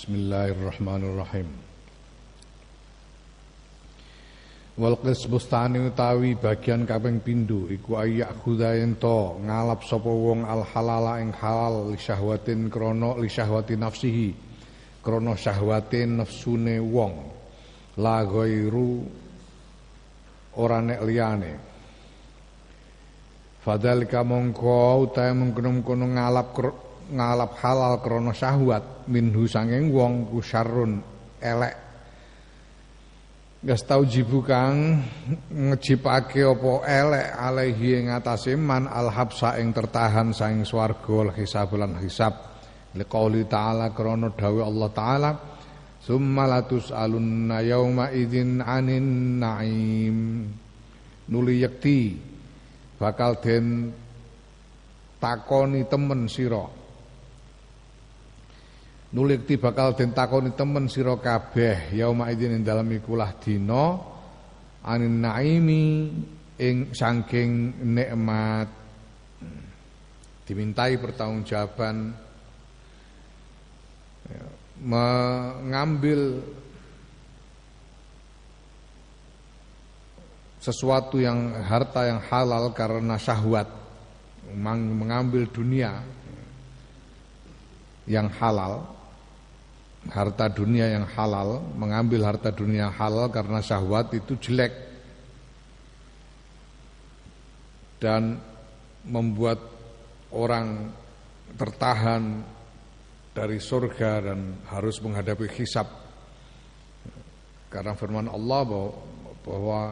Bismillahirrahmanirrahim. Wal qisbustani utawi bagian kaping pindho iku ayak khudha ento ngalap sapa wong al halala ing halal li syahwatin krana li syahwati nafsihi krana syahwatin nafsune wong la ghairu ora nek liyane. Fadzalika mongko utahe mengkono-mengkono ngalap halal krana syahwat minhu sanging wong ku syarrun elek. Gas tau jibu kang ngejipake apa elek alaihi ing atase man alhabsa ing tertahan saing swarga hisab lan hisab liqauli ta'ala krana dawuh Allah taala summa latus'alunna yauma idzin 'anin na'im nuli yakti bakal den takoni temen sira nulikti bakal den takoni temen sira kabeh yauma idzin ing dalem ikulah dina anin naimi ing saking nikmat dimintai pertanggungjawaban mengambil sesuatu yang harta yang halal karena syahwat, mengambil dunia yang halal, harta dunia yang halal, mengambil harta dunia yang halal karena syahwat itu jelek dan membuat orang tertahan dari surga dan harus menghadapi hisab karena firman Allah bahwa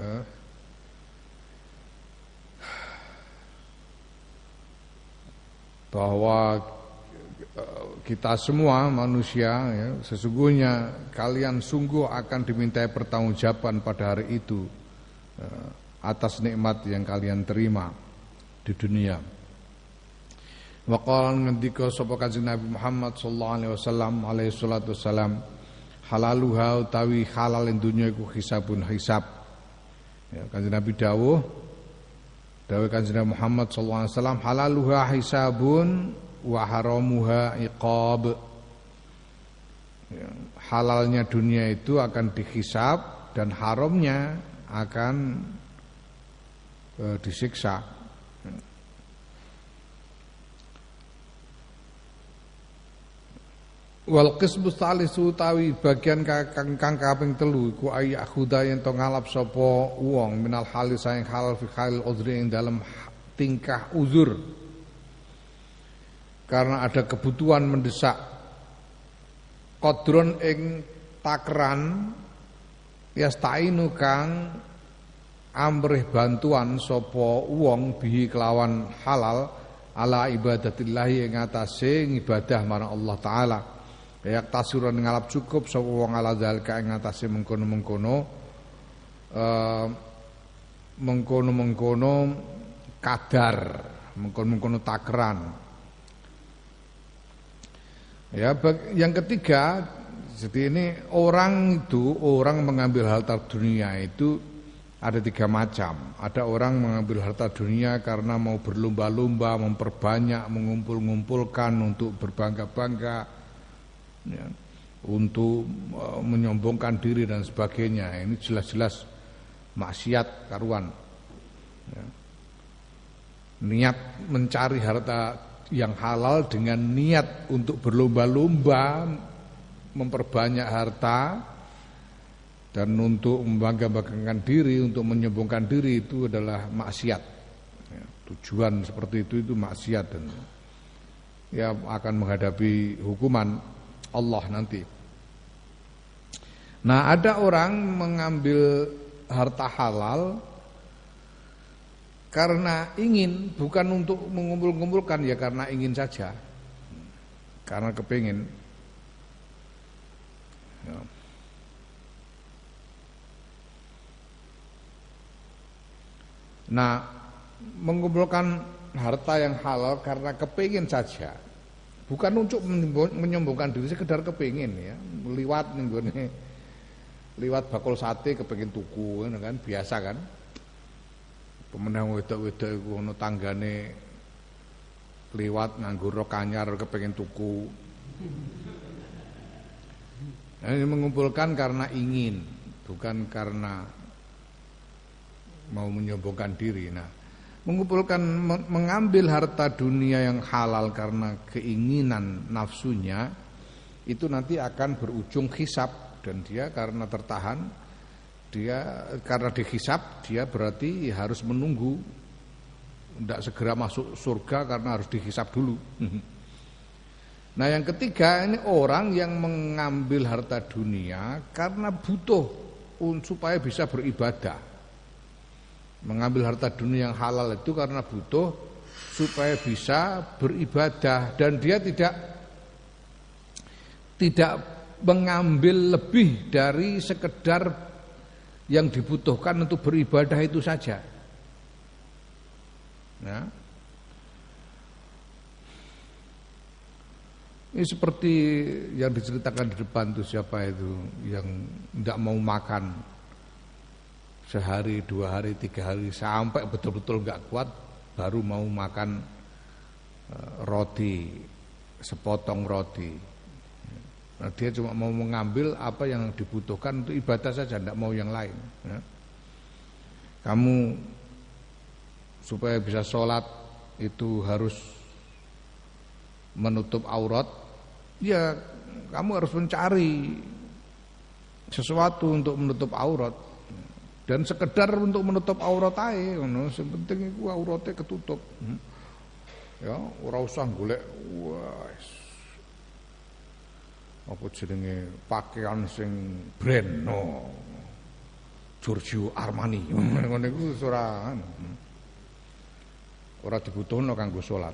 kita semua manusia ya, sesungguhnya kalian sungguh akan dimintai pertanggungjawaban pada hari itu atas nikmat yang kalian terima di dunia. Wa qala ngendika sapa Kanjeng Nabi Muhammad sallallahu alaihi wasallam alaihi salatu wasalam halaluha utawi halal ing dunya iku hisabun hisab. Ya, Kanjeng Nabi dawuh Kanjeng Nabi Muhammad sallallahu alaihi wasallam halaluha hisabun wa haramuha iqab. Ya, halalnya dunia itu akan dihisab dan haramnya akan disiksa. Wal qismu salisu tawi bagian kang kaping 3 iku ayak khuda yen to ngalap sapa wong minal halis saing halal fi halil udhri ing dalam tingkah uzur karena ada kebutuhan mendesak qadron ing takran yastainu kang amrih bantuan sapa wong bihi kelawan halal ala ibadatillahi ing atase ibadah marang Allah taala. Kayak tasuran ngalap cukup sapa wong ala zalika ing atase mengkono-mengkono kadar, mengkono-mengkono takran. Ya, yang ketiga, jadi ini orang mengambil harta dunia itu ada 3 macam. Ada orang mengambil harta dunia karena mau berlomba-lomba, memperbanyak, mengumpul-ngumpulkan untuk berbangga-bangga. Ya, untuk menyombongkan diri dan sebagainya. Ini jelas-jelas maksiat karuan. Ya. Niat mencari harta yang halal dengan niat untuk berlomba-lomba memperbanyak harta dan untuk membangga-banggakan diri, untuk menyombongkan diri itu adalah maksiat. Ya, tujuan seperti itu maksiat dan ya akan menghadapi hukuman Allah nanti. Nah, ada orang mengambil harta halal karena ingin, bukan untuk mengumpul-ngumpulkan, ya karena ingin saja, karena kepingin. Ya. Nah, mengumpulkan harta yang halal karena kepingin saja, bukan untuk menyombongkan diri, sekedar kepingin ya, liwat bakul sate kepingin tuku kan, biasa kan. Pemenang wedok-wedok iku ono tanggane liwat nganggo rok anyar kepengin tuku. Ini mengumpulkan karena ingin, bukan karena mau menyombongkan diri. Nah, mengumpulkan mengambil harta dunia yang halal karena keinginan nafsunya itu nanti akan berujung hisab, dan dia karena tertahan, dia karena dihisab, dia berarti harus menunggu, tidak segera masuk surga karena harus dihisab dulu. Nah, yang ketiga ini orang yang mengambil harta dunia karena butuh supaya bisa beribadah. Mengambil harta dunia yang halal itu karena butuh supaya bisa beribadah, dan dia tidak mengambil lebih dari sekedar yang dibutuhkan untuk beribadah itu saja. Nah, ini seperti yang diceritakan di depan tuh, siapa itu yang tidak mau makan sehari, 2 hari, 3 hari sampai betul-betul nggak kuat baru mau makan roti, sepotong roti. Nah, dia cuma mau mengambil apa yang dibutuhkan untuk ibadah saja, tidak mau yang lain. Ya. Kamu supaya bisa sholat itu harus menutup aurat, ya kamu harus mencari sesuatu untuk menutup aurat, dan sekedar untuk menutup aurat aja, yang penting itu auratnya ketutup. Ya, ora usah golek apa jenenge pakaian sing brand Giorgio Armani, ngono iku ora dibutuhno kanggo salat.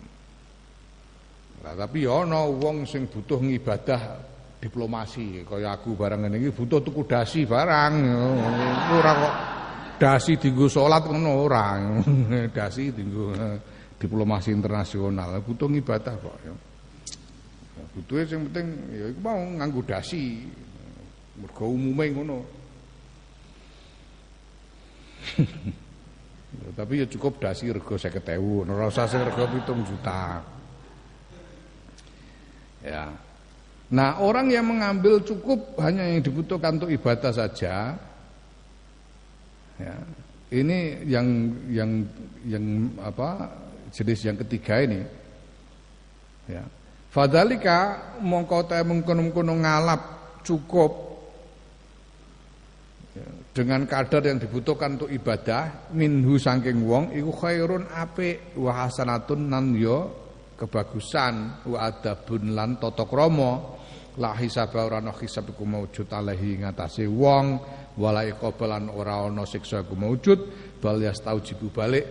Lah tapi ya ana wong sing butuh ngibadah diplomasi, kaya aku barang ngene iki butuh tuku dasi barang. Ora kok dasi dienggo salat ngono ora. Dasi dienggo diplomasi internasional, butuh ngibadah kok ya. Butuhe sing penting ya iku mau nganggo dasi. Mergo umume ngono. Tapi ya cukup dasi rego 50.000, ora usah sing rego 7 juta. Ya. Nah, orang yang mengambil cukup hanya yang dibutuhkan untuk ibadah saja. Ya. Ini yang apa? Jenis yang ketiga ini. Ya. Fadzalika mongko ta mengkono-kono ngalap cukup dengan kadar yang dibutuhkan untuk ibadah minhu saking wong iku khairun apik wa hasanatun nan yo kebagusan wa adabun lan tata krama la hisab ora ana hisab iku maujud alaihi ngatasé wong wala iqabalan ora ana siksa iku maujud bal yastaujibu balik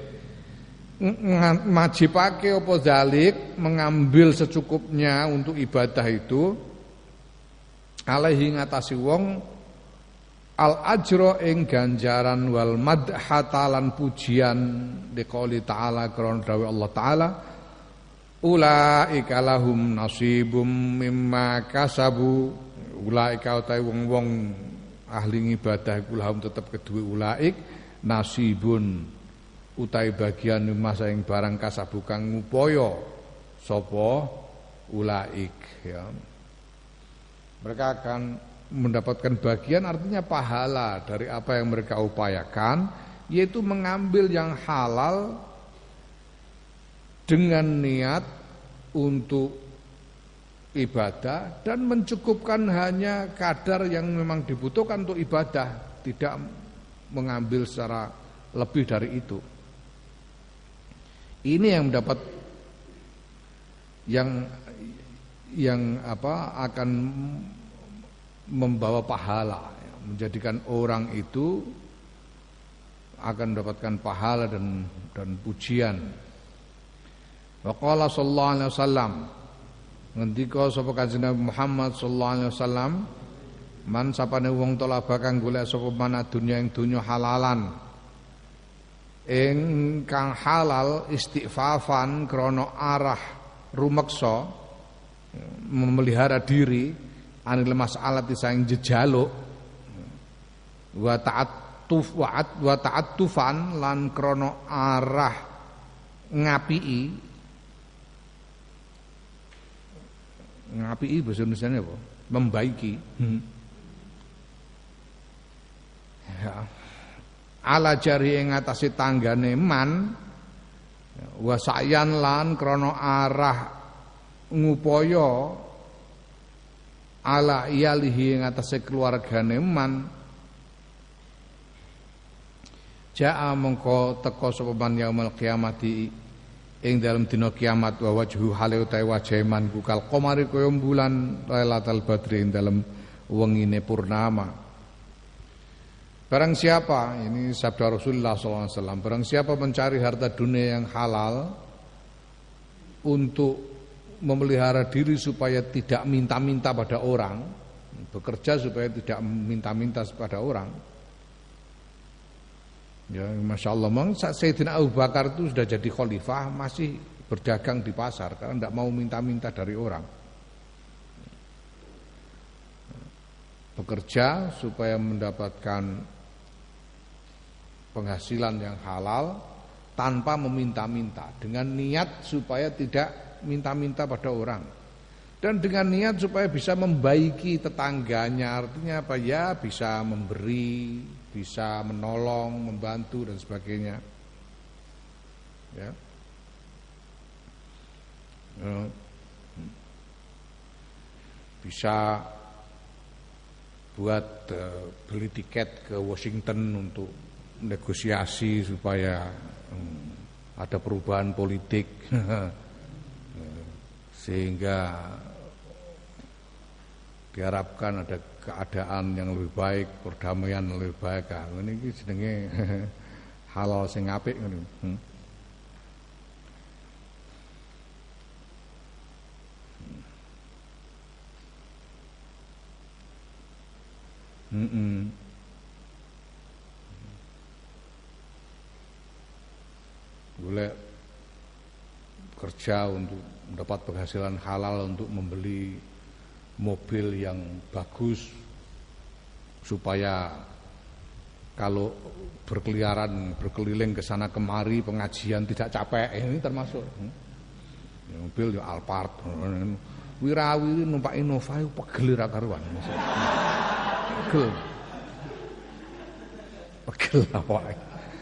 majibake apa zalik mengambil secukupnya untuk ibadah itu alaihi ngatasé wong al ajra ing ganjaran wal madhata lan pujian diqouli ta'ala kron dawuh Allah taala ulaika lahum nasibum mimma kasabu ulaika utahe wong-wong ahli ibadah iku lahum tetep kedue ulaik nasibun utahe bagian mimma saing barang kasabu kang ngupaya sapa ulaik ya. Mereka akan mendapatkan bagian artinya pahala dari apa yang mereka upayakan, yaitu mengambil yang halal dengan niat untuk ibadah dan mencukupkan hanya kadar yang memang dibutuhkan untuk ibadah, tidak mengambil secara lebih dari itu. Ini yang mendapat yang akan membawa pahala, menjadikan orang itu akan mendapatkan pahala dan pujian. Wa qala sallallahu alaihi wasallam, ngendika sapa Kanjeng Nabi Muhammad sallallahu alaihi wasallam, man sapane wong talaba kang golek sapa man dunya ing donya halalan ingkang halal istighfafan krana arah rumeksa memelihara diri anil mas'alati saing jejaluk wa ta'attufan lan krana arah ngapii bahasa Indonesianya apa? membaiki. Ya. Ala jari ing atase tanggane man wa sa'yan lan krana arah ngupaya ala iyalihi ing atase keluargane man jaa mongko teka sapa man yaumul kiamati ing dalem dina kiamat wa wajhu hale utahe wajah man kal qamari kaya bulan lailatul badri ing dalem wengine purnama. Barang siapa, ini sabda Rasulullah SAW, barang siapa mencari harta dunia yang halal untuk memelihara diri supaya tidak minta-minta pada orang, bekerja supaya tidak minta-minta pada orang. Ya, Masya Allah, Sayyidina Abu Bakar itu sudah jadi khalifah, masih berdagang di pasar karena tidak mau minta-minta dari orang. Bekerja supaya mendapatkan penghasilan yang halal tanpa meminta-minta, dengan niat supaya tidak minta-minta pada orang dan dengan niat supaya bisa membaiki tetangganya, artinya apa ya, bisa memberi, bisa menolong, membantu dan sebagainya ya. Bisa buat beli tiket ke Washington untuk negosiasi supaya ada perubahan politik sehingga diharapkan ada keadaan yang lebih baik, perdamaian yang lebih baik. Ini jenenge halal sing apik ngono. Boleh kerja untuk mendapat penghasilan halal untuk membeli mobil yang bagus supaya kalau berkeliling ke sana kemari pengajian tidak capek. Ini termasuk mobil ya Alphard, wirawiri numpak Innova pegel ra karuan. Pegel awake.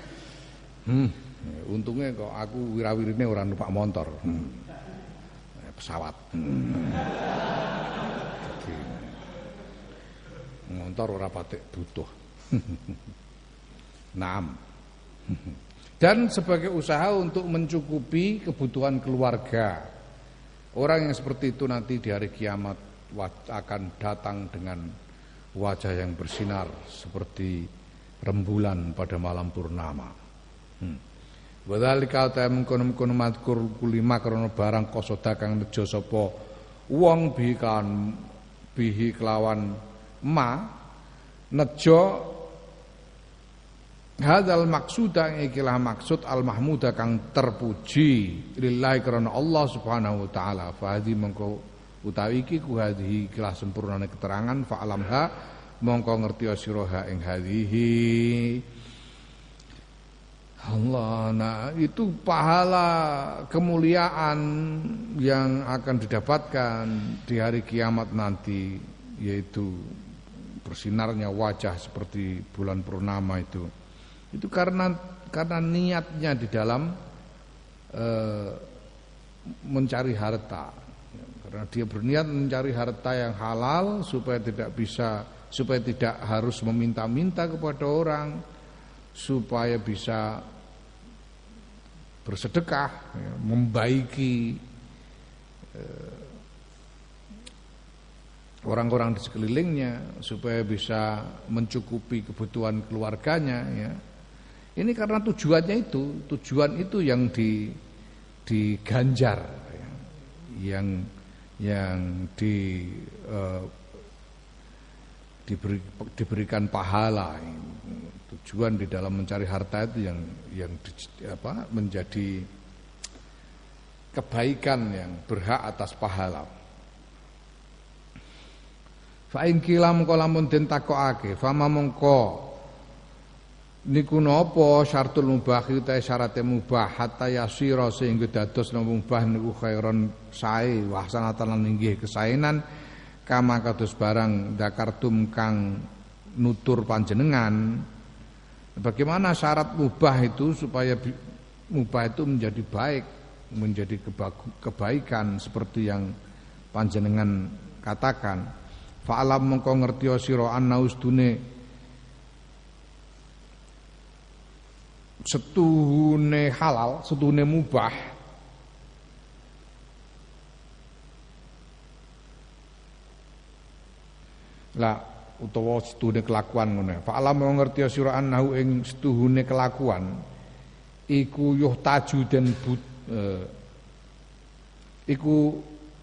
Untungnya kok aku wirawirine ora numpak motor, pesawat. Motor ora patek butuh. Naam. Dan sebagai usaha untuk mencukupi kebutuhan keluarga. Orang yang seperti itu nanti di hari kiamat akan datang dengan wajah yang bersinar seperti rembulan pada malam purnama. Wadzalika ta mengkono-mengkono madkur kulima krana barang kosoda kang nejo sapa wong bihi kelawan ma nejo hadzal maksuda ikilah maksud al mahmuda kang terpuji lillahi krana Allah Subhanahu wa taala fa hadhi mengko utawi iki ku hadhi ikilah sempurnane keterangan fa alamha mongko ngerti sira ing hadhihi Allah. Nah, itu pahala kemuliaan yang akan didapatkan di hari kiamat nanti, yaitu bersinarnya wajah seperti bulan purnama itu. Itu karena niatnya di dalam mencari harta. Karena dia berniat mencari harta yang halal supaya tidak harus meminta-minta kepada orang, supaya bisa bersedekah, ya, membaiki orang-orang di sekelilingnya, supaya bisa mencukupi kebutuhan keluarganya. Ya. Ini karena tujuan itu yang diganjar, ya, yang diberikan pahala. Tujuan di dalam mencari harta itu yang menjadi kebaikan yang berhak atas pahala. Fa in kilam kalamun den takokake fama mongko niku napa syartul mubah ta syarate mubah hatta yasira sehingga dados mubah niku khairon sae wa sanatan inggih kesaenan kama kados barang dakartum kang nutur panjenengan. Bagaimana syarat mubah itu supaya mubah itu menjadi baik, menjadi kebaikan seperti yang panjenengan katakan. Fa'alam mengko ngerti sira anna ustune setuhune halal, setuhune mubah. Lah utawa setuhune kelakuan ngono. Fa alam ngerti sira annahu ing setuhune kelakuan iku yuhtaju den iku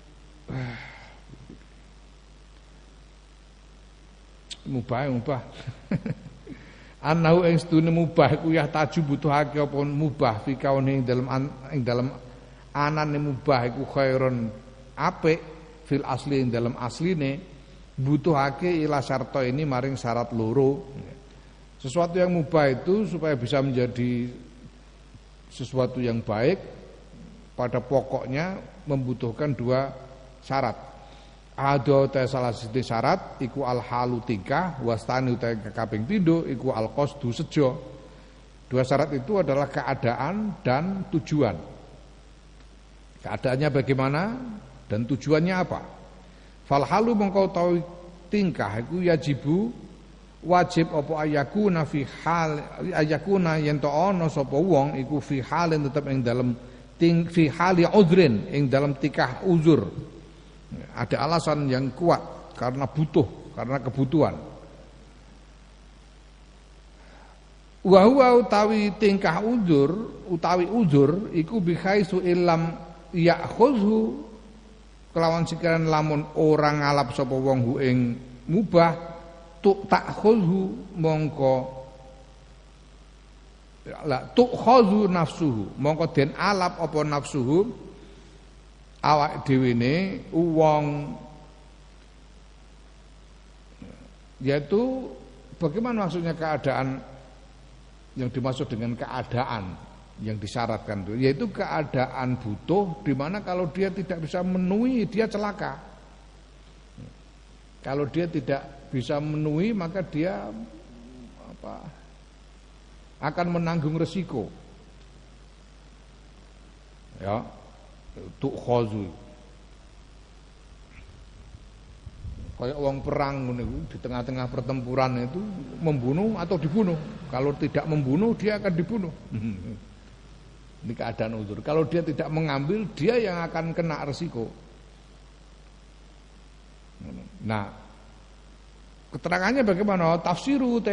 mubah annahu ing setuhune mubah iku yahtaju butuhake apa mubah fi kaune ing dalem anane mubah iku khairun apik fil asli ing dalem asline butuhake ila syarto ini maring syarat loro. Sesuatu yang mubah itu supaya bisa menjadi sesuatu yang baik pada pokoknya membutuhkan dua syarat. Ada ta salah siji syarat iku al halu tingkah wastani utawi kaping pindho iku al qasdu sejo. Dua syarat itu adalah keadaan dan tujuan. Keadaannya bagaimana dan tujuannya apa? Falhalu mengkau tahu tingkah iku yajibu wajib apa ayakuna fi hal ayakuna yen to ana sapa wong iku fi halin tetep ing dalem fi hali udhrin ing dalem tingkah uzur. Ada alasan yang kuat karena butuh, karena kebutuhan. Wa huwa utawi tingkah utawi uzur iku bi khaisu illam ya'khudhu kelawan sekiranya lamun orang ngalap sapa wong hu ing mubah takhudhu mongko la tukhadhu nafsuhu mongko den alap apa nafsuhu awak dhewe ne wong, yaitu bagaimana maksudnya keadaan yang dimaksud dengan keadaan yang disyaratkan itu, yaitu keadaan butuh di mana kalau dia tidak bisa memenuhi dia celaka. Kalau dia tidak bisa memenuhi maka dia akan menanggung resiko. Ya, tukhazu. Kayak wong perang di tengah-tengah pertempuran itu membunuh atau dibunuh. Kalau tidak membunuh dia akan dibunuh. Ini keadaan uzur. Kalau dia tidak mengambil, dia yang akan kena resiko. Nah, keterangannya bagaimana? Tafsiru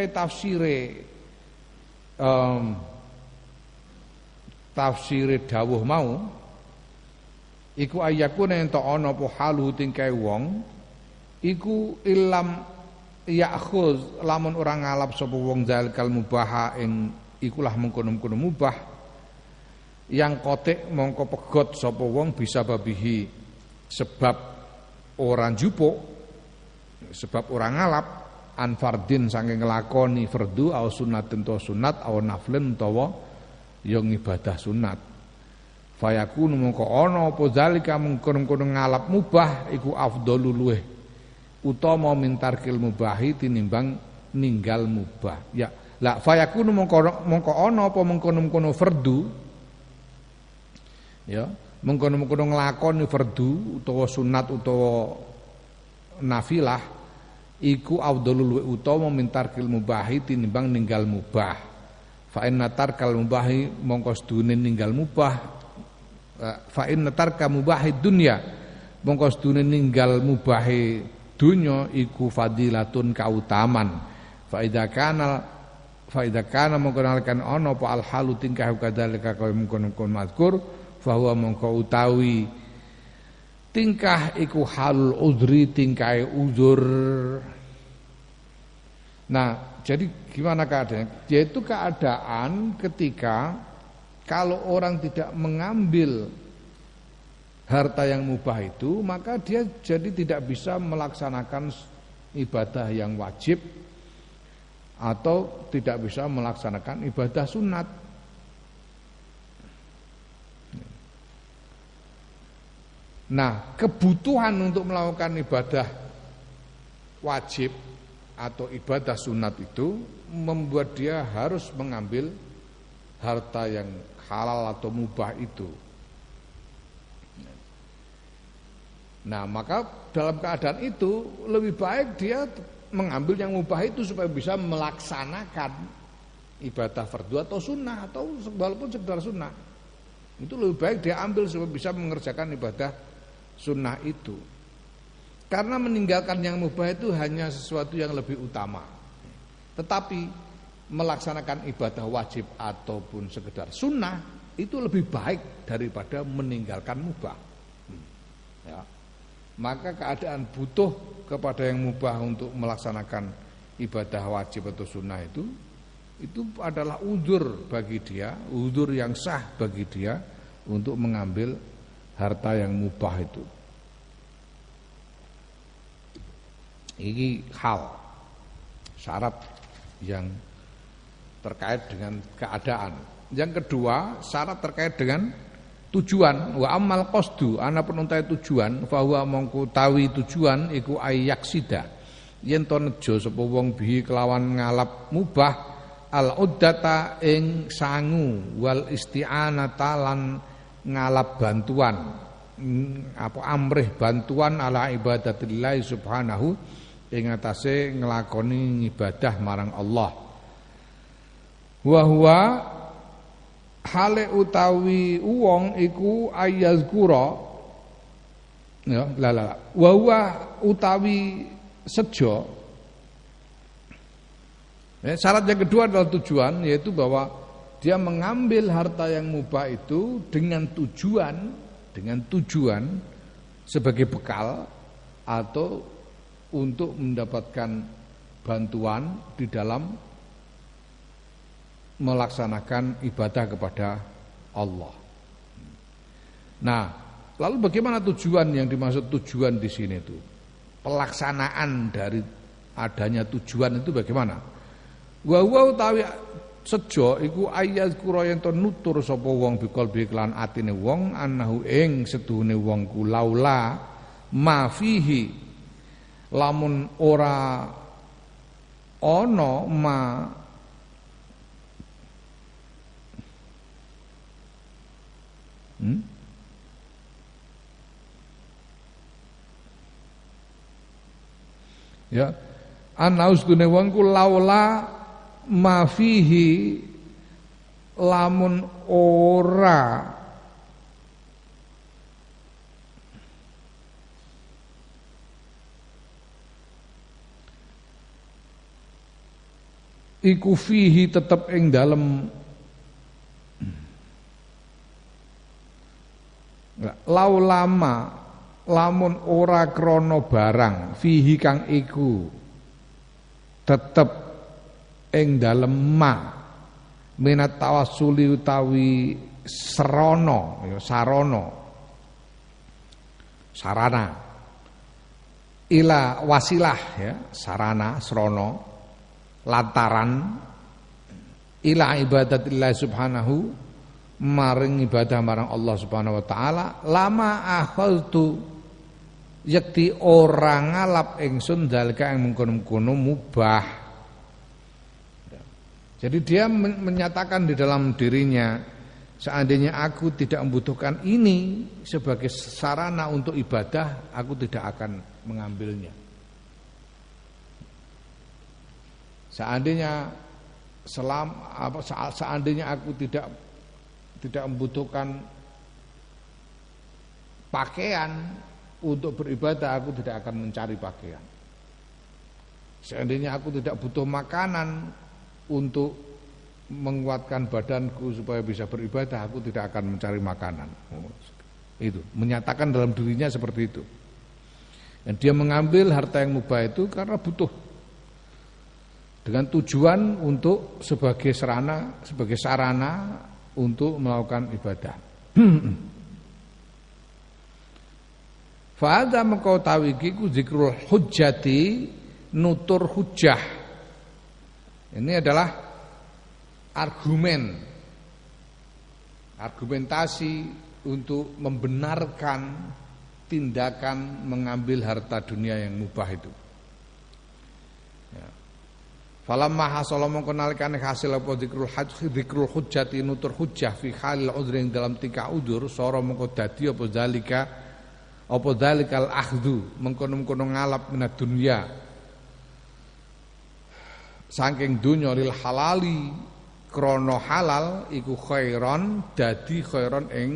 tafsire dawuh mau iku ayakuna ento ana apa halu tingkai wong iku ilam ya'khuz lamun orang ngalap sapa wong zalikal mubaha ing ikulah mengkono-mengkono mubah yang kotek mongko pegot sapa wong bisa babihi sebab orang jupuk, sebab orang ngalap anfardin saking nglakoni fardu au sunnatin to sunat au naflen utawa yang ibadah sunat. Fayakunu mongko ana apa zalika mengkono-kono ngalap mubah iku afdhalul luweh utama mintarkil mubahi tinimbang ninggal mubah. Ya, la fayakunu mongko ana apa mengkono-kono fardu ya mengkono-mengkono nglakoni fardu utawa sunat utawa nafilah iku afdhalul wa utama mintarkil mubahi tinimbang ninggal mubah. Fa inna tarkal mubahi mongko sedune ninggal mubah fa inna tarka mubahi dunya mongko sedune ninggal mubahi dunya iku fadilatun kautaman. Fa idza kana mongko nalkan ana apa al halu tingkah kadzalika kaya mengkono-kono mazkur bahwa mongko utawi tingkah iku halul udri tingkai uzur. Nah, jadi gimana keadaannya? Yaitu keadaan ketika kalau orang tidak mengambil harta yang mubah itu, maka dia jadi tidak bisa melaksanakan ibadah yang wajib atau tidak bisa melaksanakan ibadah sunat. Nah, kebutuhan untuk melakukan ibadah wajib atau ibadah sunat itu membuat dia harus mengambil harta yang halal atau mubah itu. Nah, maka dalam keadaan itu lebih baik dia mengambil yang mubah itu supaya bisa melaksanakan ibadah fardu atau sunnah atau walaupun sekedar sunnah. Itu lebih baik dia ambil supaya bisa mengerjakan ibadah sunnah itu. Karena meninggalkan yang mubah itu hanya sesuatu yang lebih utama. Tetapi melaksanakan ibadah wajib ataupun sekedar sunnah itu lebih baik daripada meninggalkan mubah. Ya. Maka keadaan butuh kepada yang mubah untuk melaksanakan ibadah wajib atau sunnah itu adalah uzur bagi dia, uzur yang sah bagi dia untuk mengambil harta yang mubah itu. Ini hal syarat yang terkait dengan keadaan. Yang kedua, syarat terkait dengan tujuan. Wa amal qasdu ana penuntai tujuan fa huwa mongko tawi tujuan iku ayaksida yen to nejo sapa wong bihi kelawan ngalap mubah al uddata ing sangu wal isti'anata lan ngalap bantuan amrih bantuan ala ibadatillah subhanahu ing atase nglakoni ibadah marang Allah. Wa huwa hale utawi wong iku ayazkura ya wa huwa utawi sejo. Syarat yang kedua adalah tujuan, yaitu bahwa dia mengambil harta yang mubah itu dengan tujuan sebagai bekal atau untuk mendapatkan bantuan di dalam melaksanakan ibadah kepada Allah. Nah, lalu bagaimana tujuan yang dimaksud tujuan di sini itu? Pelaksanaan dari adanya tujuan itu bagaimana? Wa utawi sejo iku ayat kura yen to nutur sapa wong bikol biklan atine wong anahu ing seduhune wong ku laula ma fihi lamun ora ana ma ya anaus dune wong ku laula ma fihi lamun ora iku fihi tetep ing dalem laulama lamun ora krana barang fihi kang iku tetep ing dalem ma minat tawassuli utawi sarana ila wasilah ya sarana lantaran ila ibadatillah subhanahu maring ibadah marang Allah subhanahu wa ta'ala lama akhaltu yakti ora ngalap ingsun dalika ing mengkono-mengkono mubah. Jadi dia menyatakan di dalam dirinya, seandainya aku tidak membutuhkan ini sebagai sarana untuk ibadah, aku tidak akan mengambilnya. Seandainya aku tidak membutuhkan pakaian untuk beribadah, aku tidak akan mencari pakaian. Seandainya aku tidak butuh makanan untuk menguatkan badanku supaya bisa beribadah, aku tidak akan mencari makanan. Itu menyatakan dalam dirinya seperti itu. Dan dia mengambil harta yang mubah itu karena butuh, dengan tujuan untuk sebagai sarana untuk melakukan ibadah. Fa hadza mengkau tawiki ku zikrul hujjati nutur hujjah. Ini adalah argumentasi untuk membenarkan tindakan mengambil harta dunia yang mubah itu. Ya. Falamma hasala mongko nalikane hasil apa dzikrul hujjati nutur hujjah fi halil udhri dalam tingkah udzur sara mongko dadi apa zalikal akhdhu mengkono-mengkono ngalap minad dunya saking dunya lil halali krana halal iku khairon dadi khairon ing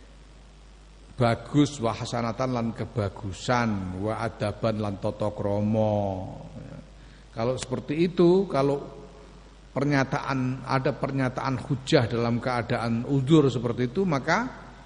bagus wa hasanatan lan kebagusan wa adaban lan tata krama. Kalau seperti itu, kalau ada pernyataan hujjah dalam keadaan udzur seperti itu, maka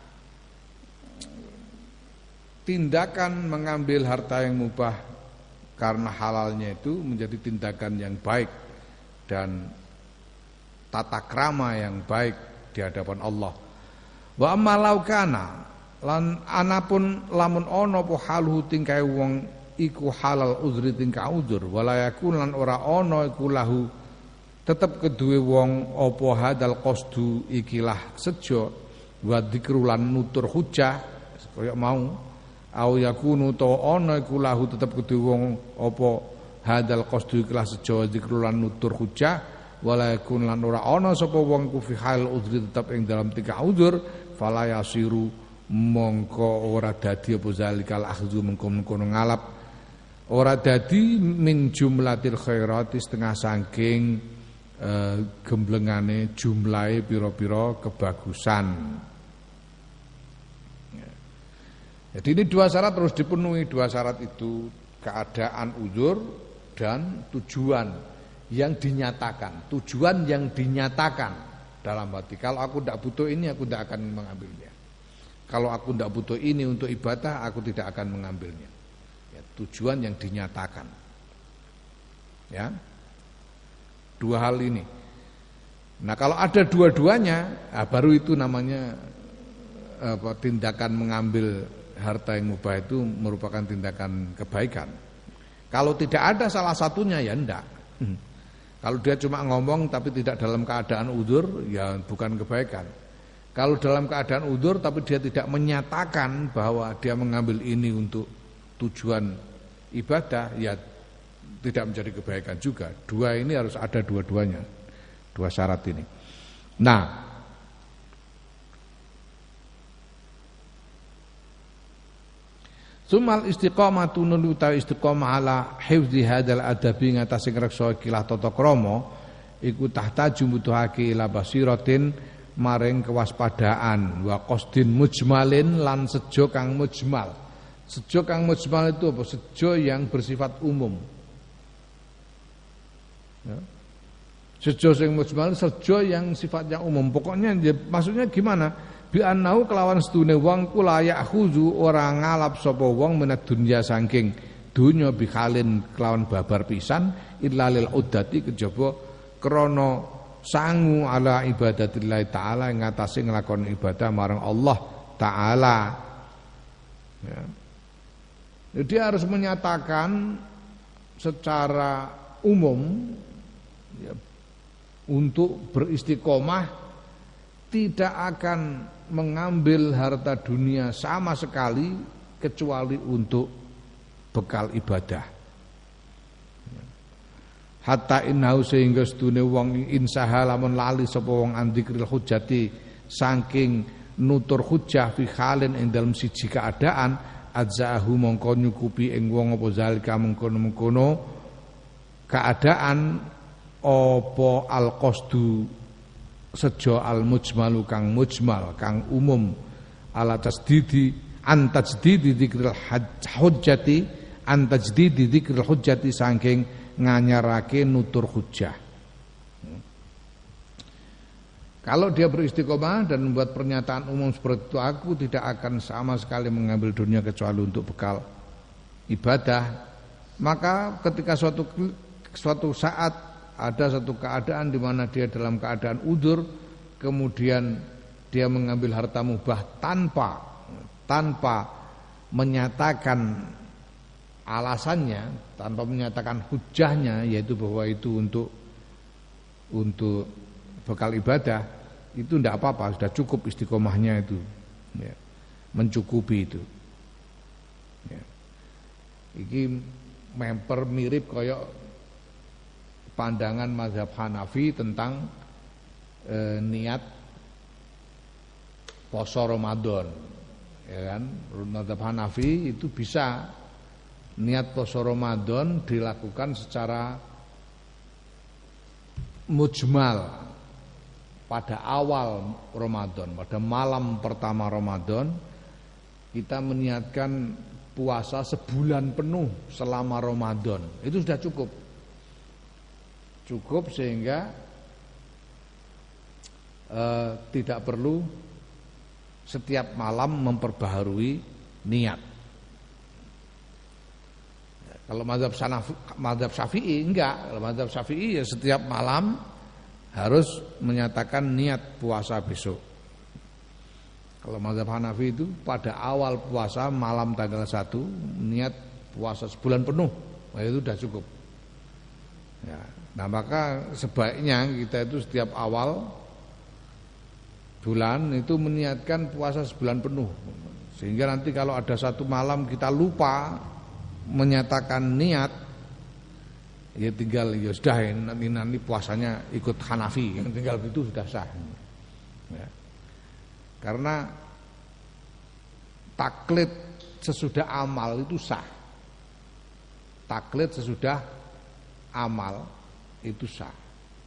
tindakan mengambil harta yang mubah karena halalnya itu menjadi tindakan yang baik dan tata krama yang baik di hadapan Allah. Wa amma laukana lan anapun lamun ana apa haluhu tingkae wong iku halal uzri tingkah udzur wala yakun lan ora ana iku lahu tetep keduwe wong apa hadal qasdu ikilah sejo wa dzikru lan nutur hujjah kaya mau au yakunu ta ana iku lahu tetep keduwe wong apa hadal qasdu ikilah sejo dzikru lan nutur hujjah wala yakun lan ora ana sapa wong ku fi hal uzri tetep ing dalam tingkah udzur fala yasiru mongko ora dadi apa zalikal akhdhu mengkono ngalap ora dadi min jumlatil khairati setengah saking gemblengane jumlahe pira-pira kebagusan. Jadi ini dua syarat harus dipenuhi, dua syarat itu keadaan uzur dan tujuan yang dinyatakan, tujuan yang dinyatakan dalam hati. Kalau aku tidak butuh ini, aku tidak akan mengambilnya. Kalau aku tidak butuh ini untuk ibadah, aku tidak akan mengambilnya. Ya, tujuan yang dinyatakan. Ya, dua hal ini. Nah, kalau ada dua-duanya, baru itu namanya tindakan mengambil harta yang mubah itu merupakan tindakan kebaikan. Kalau tidak ada salah satunya, ya enggak. Kalau dia cuma ngomong tapi tidak dalam keadaan udzur, ya bukan kebaikan. Kalau dalam keadaan udzur tapi dia tidak menyatakan bahwa dia mengambil ini untuk tujuan ibadah, ya tidak menjadi kebaikan juga. Dua ini harus ada dua-duanya, dua syarat ini. Nah, sumal istiqamatu nuluta istiqamah ala hifzi hadzal adabi ngatasi ngreksa ikilah tata krama iku tahta jumbutuhake ila basiratin maring kewaspadaan wa qasdin mujmalin lan sejo kang mujmal. Sejo kang mujmal itu apa? Sejo yang bersifat umum. Ya. Sejo sing mujmal, sejo yang sifatnya umum. Pokoknya maksudnya gimana? Bi annau kelawan sedune wong ku layak khuzu ora ngalap sapa wong menat dunya saking donya bikhalin kelawan babar pisan illalil uddati kejaba krana sangu ala ibadatillah taala ing ngatasi nglakoni ibadah marang Allah taala. Ya. Dia harus menyatakan secara umum ya, untuk beristiqomah tidak akan mengambil harta dunia sama sekali kecuali untuk bekal ibadah. Hatta innahu sehingga sedune wong insaha lamun lali sapa wong andzikril hujjati saking nutur hujjah fi halin ing dalem siji keadaan azzahu mongko nyukupi ing wong apa zalika mengkono-mengkono keadaan apa al-qasdu sejo al-mujmalu kang mujmal kang umum ala tasdidi an tajdidi dzikril hujjati an tajdidi dzikril hujjati saking nganyarake nutur hujjah. Kalau dia beristiqomah dan membuat pernyataan umum seperti itu, aku tidak akan sama sekali mengambil dunia kecuali untuk bekal ibadah, maka ketika suatu saat ada satu keadaan di mana dia dalam keadaan udzur, kemudian dia mengambil harta mubah tanpa menyatakan alasannya, tanpa menyatakan hujahnya, yaitu bahwa itu untuk bekal ibadah, itu tidak apa-apa, sudah cukup istiqomahnya itu, ya, mencukupi itu. Ya. Iki memper mirip koyok pandangan mazhab Hanafi tentang niat poso Ramadan, ya kan? Mazhab Hanafi itu bisa niat poso Ramadan dilakukan secara mujmal pada awal Ramadan, pada malam pertama Ramadan kita meniatkan puasa sebulan penuh selama Ramadan. Itu sudah cukup. Cukup sehingga tidak perlu setiap malam memperbaharui niat. Kalau mazhab Syafi'i enggak. Kalau mazhab Syafi'i ya setiap malam harus menyatakan niat puasa besok. Kalau mazhab Hanafi itu pada awal puasa malam tanggal 1 niat puasa sebulan penuh. Nah, itu sudah cukup. Ya. Nah, maka sebaiknya kita itu setiap awal bulan itu meniatkan puasa sebulan penuh. Sehingga nanti kalau ada satu malam kita lupa menyatakan niat, ya tinggal ya sudah nanti puasanya ikut Hanafi, tinggal itu sudah sah. Ya. Karena taklid sesudah amal itu sah. Taklid sesudah amal itu sah.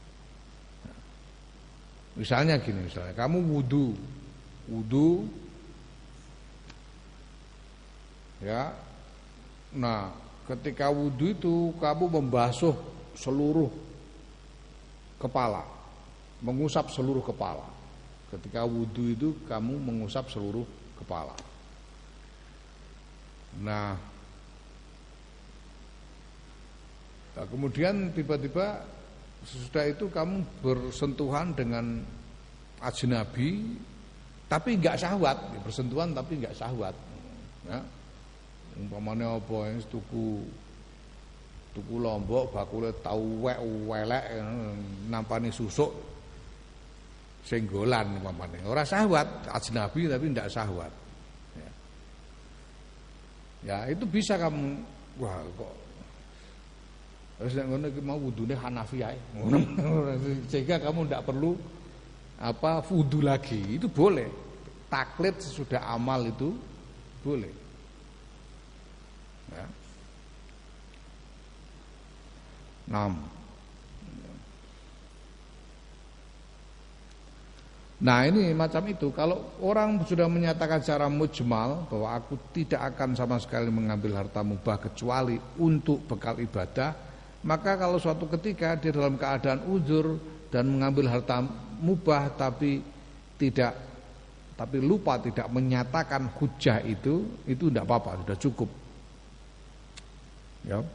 Misalnya gini, kamu wudu, ya. Nah, ketika wudu itu kamu membasuh seluruh kepala, mengusap seluruh kepala. Ketika wudu itu kamu mengusap seluruh kepala. Nah, kemudian tiba-tiba sesudah itu kamu bersentuhan dengan ajnabi, tapi enggak syahwat, bersentuhan tapi enggak syahwat. Ya. Umpamanya apa yang tuku lombok bakule tau welek nampani susuk senggolan umpamanya. Ora syahwat, ajnabi tapi enggak syahwat. Ya, itu bisa kamu wah kok terus nek ngono iki mau wudune Hanafi ae. Sehingga kamu tidak perlu wudu lagi. Itu boleh. Taklid sesudah amal itu boleh. Ya. 6. Nah, ini macam itu. Kalau orang sudah menyatakan secara mujmal bahwa aku tidak akan sama sekali mengambil harta mubah kecuali untuk bekal ibadah, maka kalau suatu ketika dia dalam keadaan uzur dan mengambil harta mubah tapi lupa tidak menyatakan hujah itu tidak apa-apa, sudah cukup. Ya.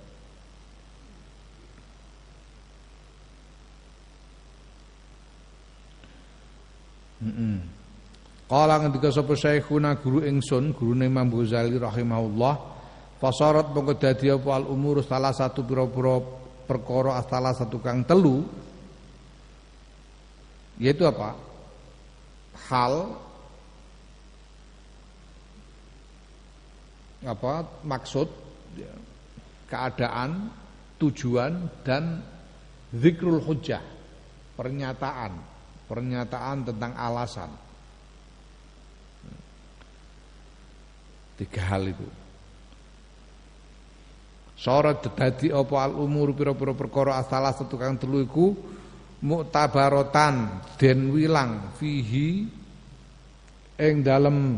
Kala ngendika sapa Syekhuna guru ingsun, gurune Imam Ghazali rahimahullah, fasarat mongko dadi apa al umur salah satu pira-pira perkara salah satu kang telu, yaitu apa? Hal maksud, keadaan, tujuan dan zikrul hujjah, pernyataan tentang alasan. 3 hal itu. Sorot dadi apa al umur pira-pira perkara salah satu kang telu iku muktabarotan den wilang fihi ing dalem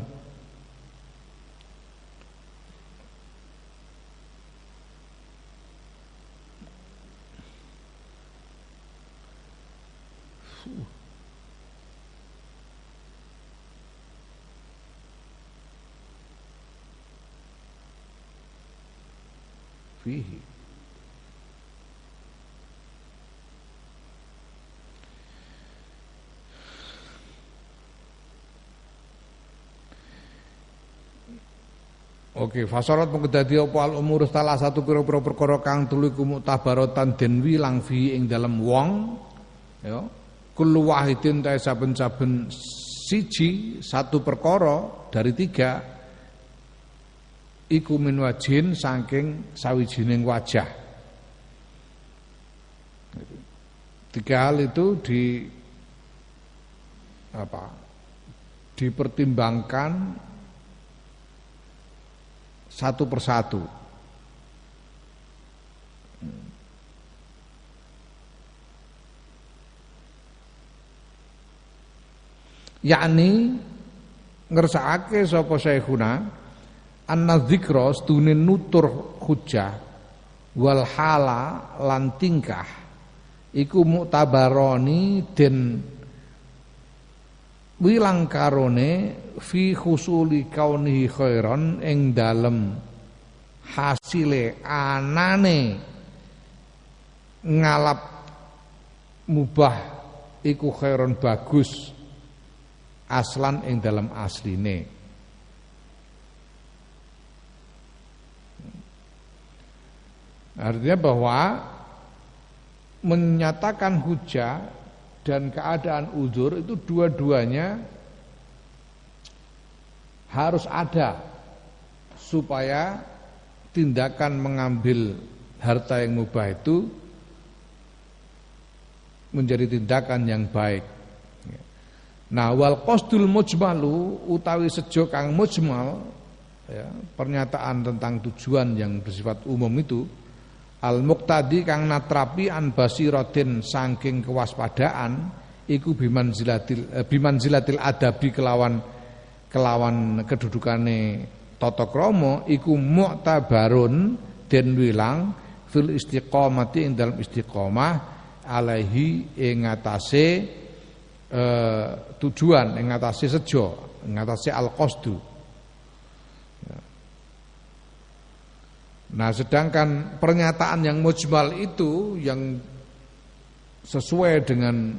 fihi. Oke, fasarat mengkedadi apa al umur salah satu pira-pira perkara kang telu iku muktabaratan den wilang fi ing dalem wong, ya. Kullu wahidin ta saben-saben siji satu perkara dari 3 iku min wajhin saking sawijining wajah. Tiga hal itu dipertimbangkan satu persatu. Yakni ngersakake sapa syekhuna anna dzikra stune nutur hujjah wal hala lan tingkah iku muktabaroni den wilang karone fi husuli kaunihi khairan ing dalem hasile anane ngalap mubah iku khairon bagus aslan ing dalam asline. Artinya bahwa menyatakan hujjah dan keadaan uzur itu dua-duanya harus ada supaya tindakan mengambil harta yang mubah itu menjadi tindakan yang baik. Nah, wal qasdul mujmalu utawi sejo kang mujmal ya, pernyataan tentang tujuan yang bersifat umum itu al muqtadi kang natrapi an basiratin saking kewaspadaan iku bimanzilatil adabi kelawan kedudukane tata krama iku mu'tabarun den wilang fil istiqomati ing dalam istiqomah alaihi ing atase tujuan ing atase sejo ing atase al-qasdu. Nah, sedangkan pernyataan yang mujmal itu yang sesuai dengan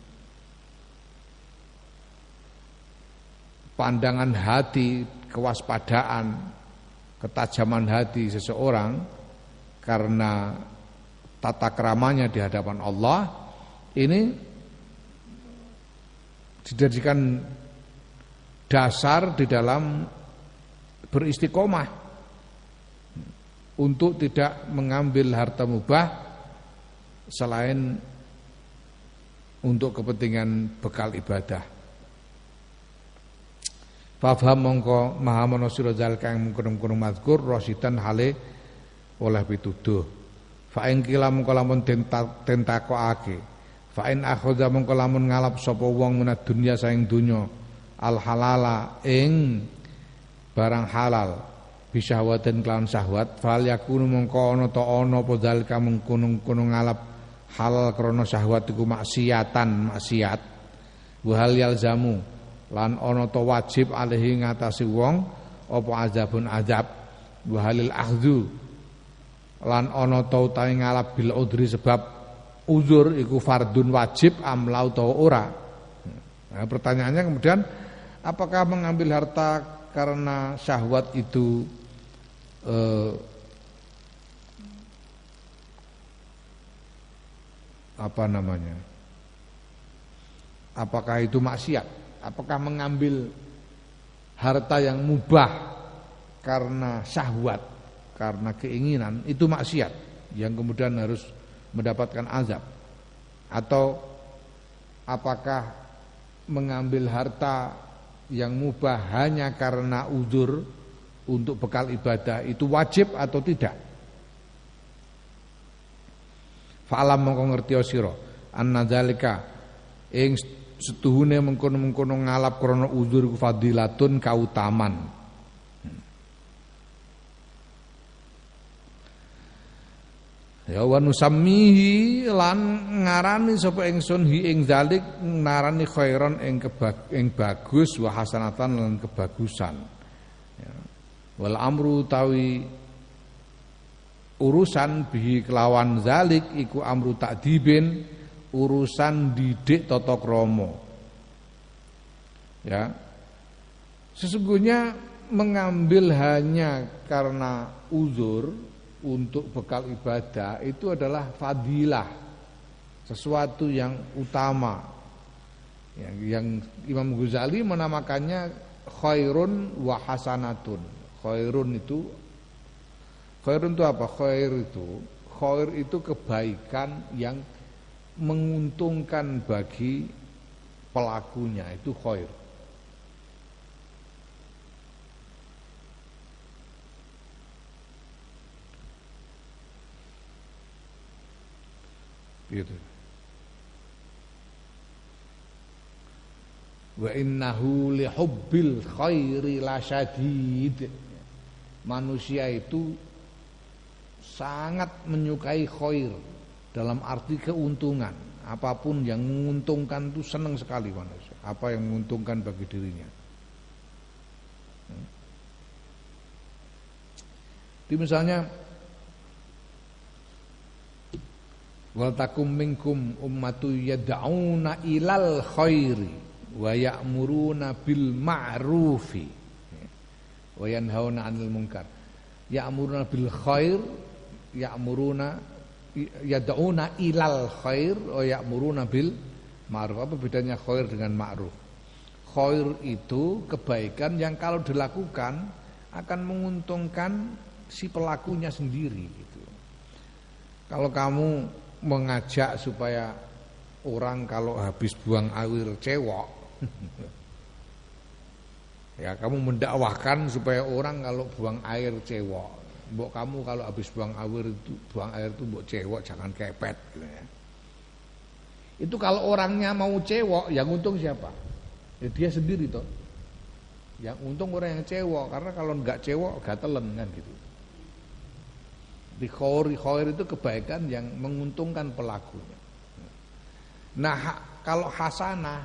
pandangan hati, kewaspadaan, ketajaman hati seseorang karena tata keramanya di hadapan Allah ini dijadikan dasar di dalam beristiqomah untuk tidak mengambil harta mubah selain untuk kepentingan bekal ibadah. Fafham mongko mahamono sira zal kang mungkon-mungkon mazkur rasidan hale oleh pituduh. Fa ing kila mongko lamun den takokake. Fa in akhadha mongko lamun ngalap sapa wong menat dunya saing donya al halala ing barang halal bisyahwatin kelawan syahwat fal yakunu mongko ana ta ana apa zalika mengkono ngalap halal krana syahwat iku maksiat wa hal yalzamu lan ana ta wajib alihi ngatasi wong apa azabun azab wa halil akhdhu lan ana ta utahe ngalap bil udri sebab uzur iku fardun wajib amlau atau ora. Nah, pertanyaannya kemudian apakah mengambil harta karena syahwat itu apakah itu maksiat? Apakah mengambil harta yang mubah karena syahwat, karena keinginan itu maksiat yang kemudian harus mendapatkan azab, atau apakah mengambil harta yang mubah hanya karena uzur untuk bekal ibadah itu wajib atau tidak? Fa'alam mongko ngerti sira anna zalika ing setuhune mengkono-mengkono ngalap krana uzur fadilatun kautaman. Ya wa nusammihi lan ngarani sapa ingsun hi ing zalik narani khairon ing bagus wa hasanatan lan kebagusan. Ya. Wal amru tawi urusan bihi kelawan zalik iku amru takdibin urusan didik tata krama. Ya. Sesungguhnya mengambil hanya karena uzur untuk bekal ibadah itu adalah fadilah, sesuatu yang utama. Yang Imam Ghazali menamakannya khairun wa hasanatun. Khairun itu apa? Khair itu kebaikan yang menguntungkan bagi pelakunya itu khair. Gitu. Wa innahu li hubbil khairi lasyadid. Manusia itu sangat menyukai khair dalam arti keuntungan. Apapun yang menguntungkan itu senang sekali manusia. Apa yang menguntungkan bagi dirinya. Di misalnya wal takum minkum ummatu yad'una ilal khairi wa ya'muruna bil ma'rufi wa yanhauna 'anil munkar. Ya'muruna bil khair, ya'muruna yad'una ilal khair wa ya'muruna bil ma'ruf. Apa bedanya khair dengan ma'ruf? Khair itu kebaikan yang kalau dilakukan akan menguntungkan si pelakunya sendiri gitu. Kalau kamu mengajak supaya orang kalau habis buang air cewek, ya kamu mendakwahkan supaya orang kalau buang air cewek, mbok kamu kalau habis buang air itu mbok cewek jangan kepet gitu ya. Itu kalau orangnya mau cewek, yang untung siapa? Ya dia sendiri toh. Yang untung orang yang cewek, karena kalau enggak cewek gatelen kan gitu. Di khair itu kebaikan yang menguntungkan pelakunya. Nah, kalau hasanah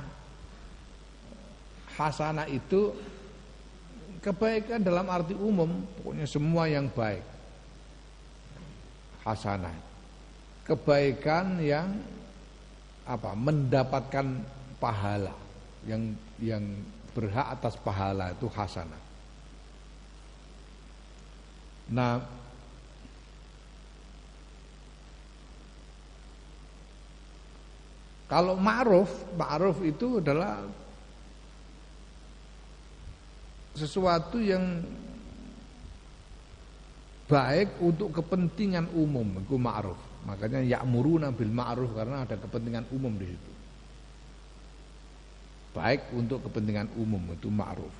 itu kebaikan dalam arti umum, pokoknya semua yang baik. Hasanah. Kebaikan yang mendapatkan pahala, yang berhak atas pahala itu hasanah. Nah, kalau ma'ruf itu adalah sesuatu yang baik untuk kepentingan umum, itu ma'ruf. Makanya ya'muruna bil ma'ruf karena ada kepentingan umum di situ. Baik untuk kepentingan umum itu ma'ruf.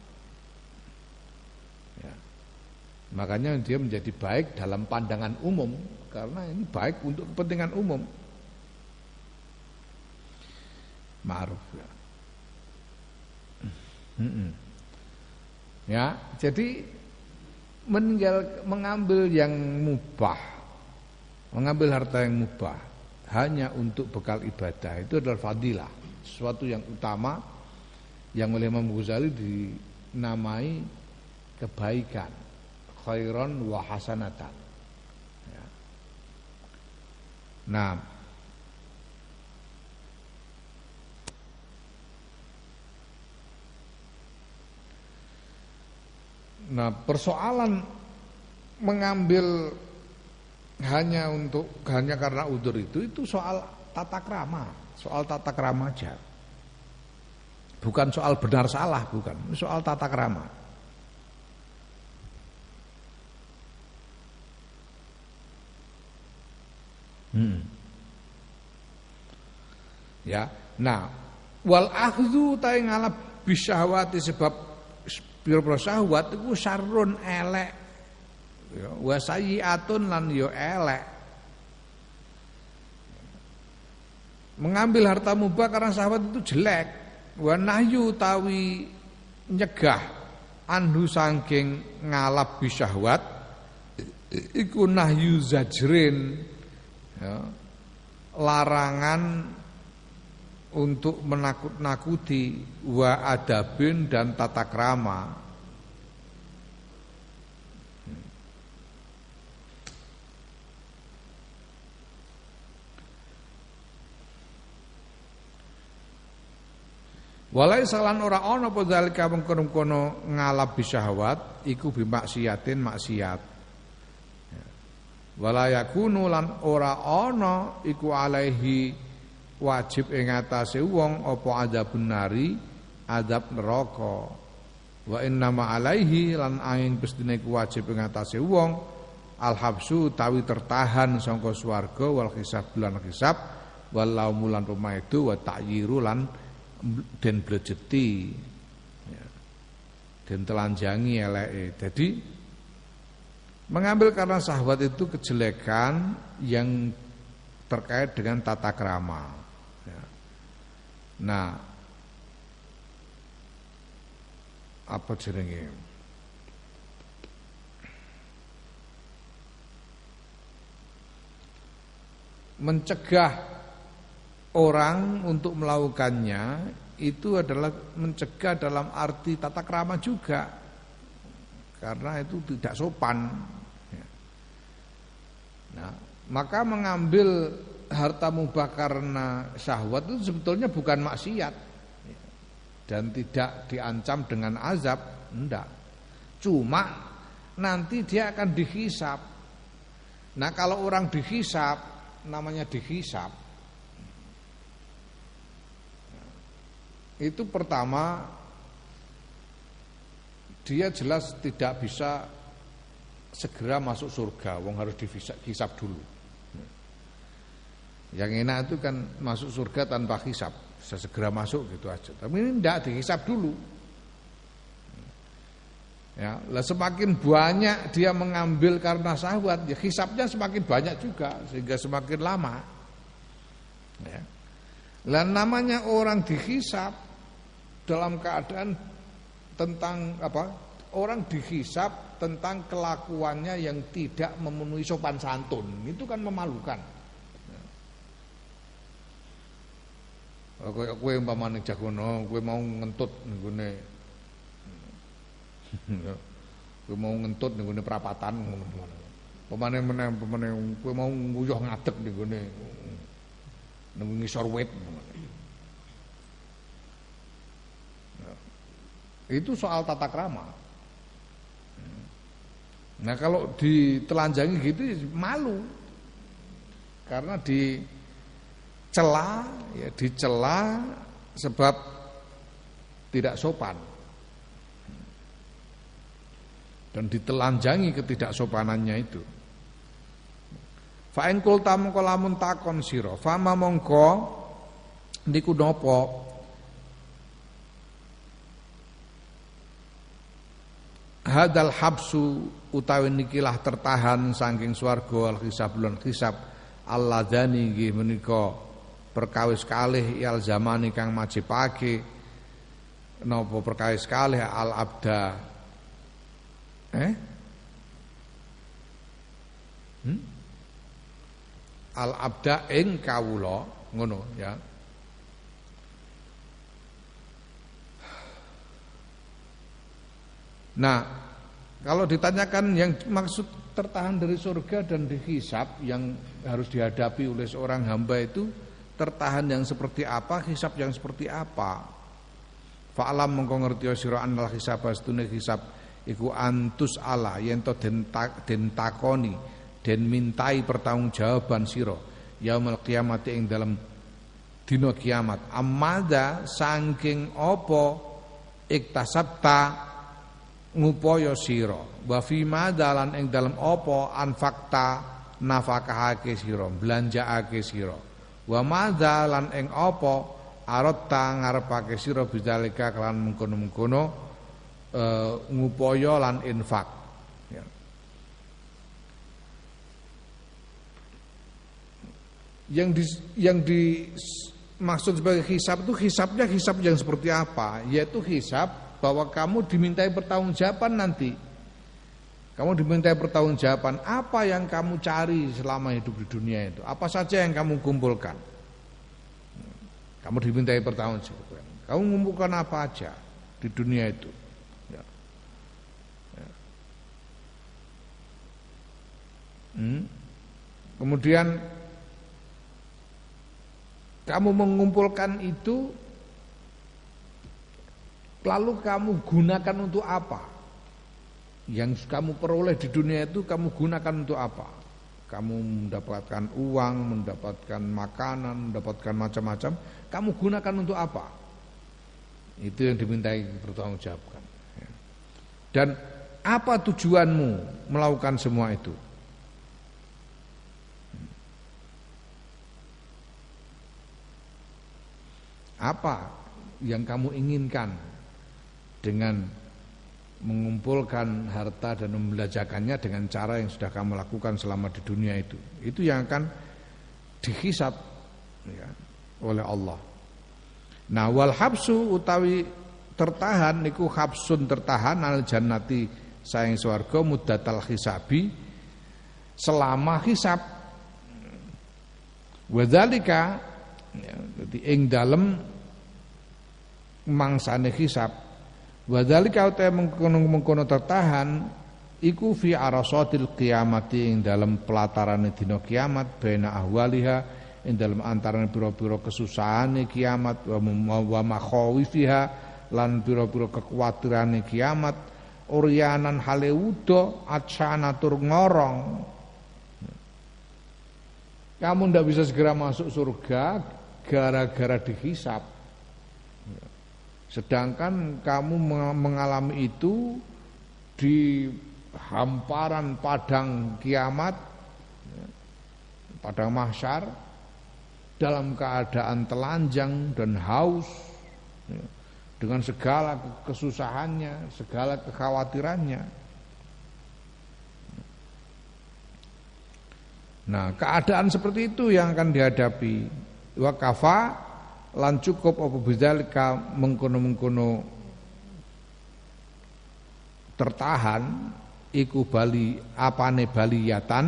Ya. Makanya dia menjadi baik dalam pandangan umum karena ini baik untuk kepentingan umum. Ma'ruf ya. Ya, jadi mengambil yang mubah, mengambil harta yang mubah hanya untuk bekal ibadah itu adalah fadilah, sesuatu yang utama yang oleh Imam Ghazali dinamai kebaikan, khairon wa hasanatan. Ya. Nah, persoalan mengambil hanya karena udzur itu soal tata krama aja. Bukan soal benar salah, bukan. Soal tata krama. Ya. Nah, wal akhdhu ta ngalap bisyahwati sebab pira-pira syahwat iku syarrun elek. Ya, wa sayyi'atun lan yo elek. Mengambil harta mubah karena syahwat itu jelek. Wa nahyu tawi nyegah anhu saking ngalap bisyahwat iku nahyu zajrin. Ya, larangan untuk menakut-nakuti wa adabin dan tata krama. Walai salan ora ana apa zalika mengkono ngalap bisyahwat iku bimaksiatin maksiat. Wala yakunu lan ora ana iku alaihi wajib ing atase wong apa adzabun nari adzab neraka. Wa innama alaihi lan angin pestine ku wajib ing atase wong al habsu tawi tertahan sangka swarga wal hisab lan hisab walaumu lan pemaidu wa ta'yiru lan den blejeti ya, den telanjangi eleke. Jadi mengambil karena syahwat itu kejelekan yang terkait dengan tata krama ya. Nah, apa jenenge, mencegah orang untuk melakukannya itu adalah mencegah dalam arti tata krama juga, karena itu tidak sopan. Nah, maka mengambil harta mubah karena syahwat itu sebetulnya bukan maksiat dan tidak diancam dengan azab, enggak. Cuma nanti dia akan dihisab. Nah, kalau orang dihisab, namanya dihisab, itu pertama dia jelas tidak bisa segera masuk surga, wong harus dihisab dulu. Yang enak itu kan masuk surga tanpa hisab, bisa segera masuk gitu aja. Tapi ini tidak dihisab dulu. Ya, lah semakin banyak dia mengambil karena syahwat, ya hisabnya semakin banyak juga sehingga semakin lama. Ya. Lah namanya orang dihisab dalam keadaan tentang apa? Orang dihisab tentang kelakuannya yang tidak memenuhi sopan santun, itu kan memalukan. Kowe umpamane jagono, kowe mau ngentut nggone kowe mau ngentut nggone perapatan ngono. Pemane kowe mau nguyuh ngadeg nggone nang ngisor wit. Itu soal tata krama. Nah, kalau ditelanjangi gitu malu. Karena dicela sebab tidak sopan. Dan ditelanjangi ketidaksopanannya itu. Fa in qulta mongko lamun takon sira, fama mongko niku napa? Hadal habsu utawi nikilah tertahan saking swarga al hisab lan hisab alladzani nggih menika perkawis kalih al zamani kang majibake napa perkawis kalih al abda al abda ing kawula ngono ya. Nah, kalau ditanyakan yang maksud tertahan dari surga dan dihisab yang harus dihadapi oleh seorang hamba itu tertahan yang seperti apa, hisab yang seperti apa? Fa'lam mengko ngerti sira annal hisab astune hisab iku antus ala yen to den takoni den mintai pertanggungjawaban sira yaumul kiamat ing dalam dina kiamat amada saking apa iktasabta ngupaya sira wa fi madalan ing dalem apa anfakta nafakahake sira belanjaake sira wa madalan ing apa aratta ngarepake sira bidzalika kelan mengkono-mengkono ngupaya lan infak ya. Yang dimaksud sebagai hisab itu hisabnya hisab yang seperti apa? Yaitu hisab bahwa kamu dimintai pertanggungjawaban nanti. Kamu dimintai pertanggungjawaban apa yang kamu cari selama hidup di dunia itu. Apa saja yang kamu kumpulkan. Kamu dimintai pertanggungjawaban. Kamu mengumpulkan apa aja di dunia itu. Ya. Ya. Kemudian kamu mengumpulkan itu, lalu kamu gunakan untuk apa? Yang kamu peroleh di dunia itu kamu gunakan untuk apa? Kamu mendapatkan uang, mendapatkan makanan, mendapatkan macam-macam, kamu gunakan untuk apa? Itu yang dimintai bertanggungjawabkan. Dan apa tujuanmu melakukan semua itu? Apa yang kamu inginkan dengan mengumpulkan harta dan membelanjakannya dengan cara yang sudah kamu lakukan selama di dunia itu. Itu yang akan dihisab ya, oleh Allah. Nah, wal habsu utawi tertahan niku habsun tertahan al jannati saing swarga muddatal hisabi selama hisab. Wadzalika ya, dadi ing dalem mangsane hisab. Wadzalika uta mengkono tertahan iku fi arasatil qiyamati ing dalem pelatarane dina kiamat baina ahwaliha ing dalem antarané pira-pira kesusahane kiamat wa makhawifiha lan pira-pira kekuatirane kiamat uryanan hale wuda atsana tur ngorong. Kamu ndak bisa segera masuk surga gara-gara dihisab. Sedangkan kamu mengalami itu di hamparan padang kiamat, padang mahsyar, dalam keadaan telanjang dan haus, dengan segala kesusahannya, segala kekhawatirannya. Nah, keadaan seperti itu yang akan dihadapi. Wa kafa lan cukup apa bidzalika mengkono-mengkono tertahan iku bali apane baliyatan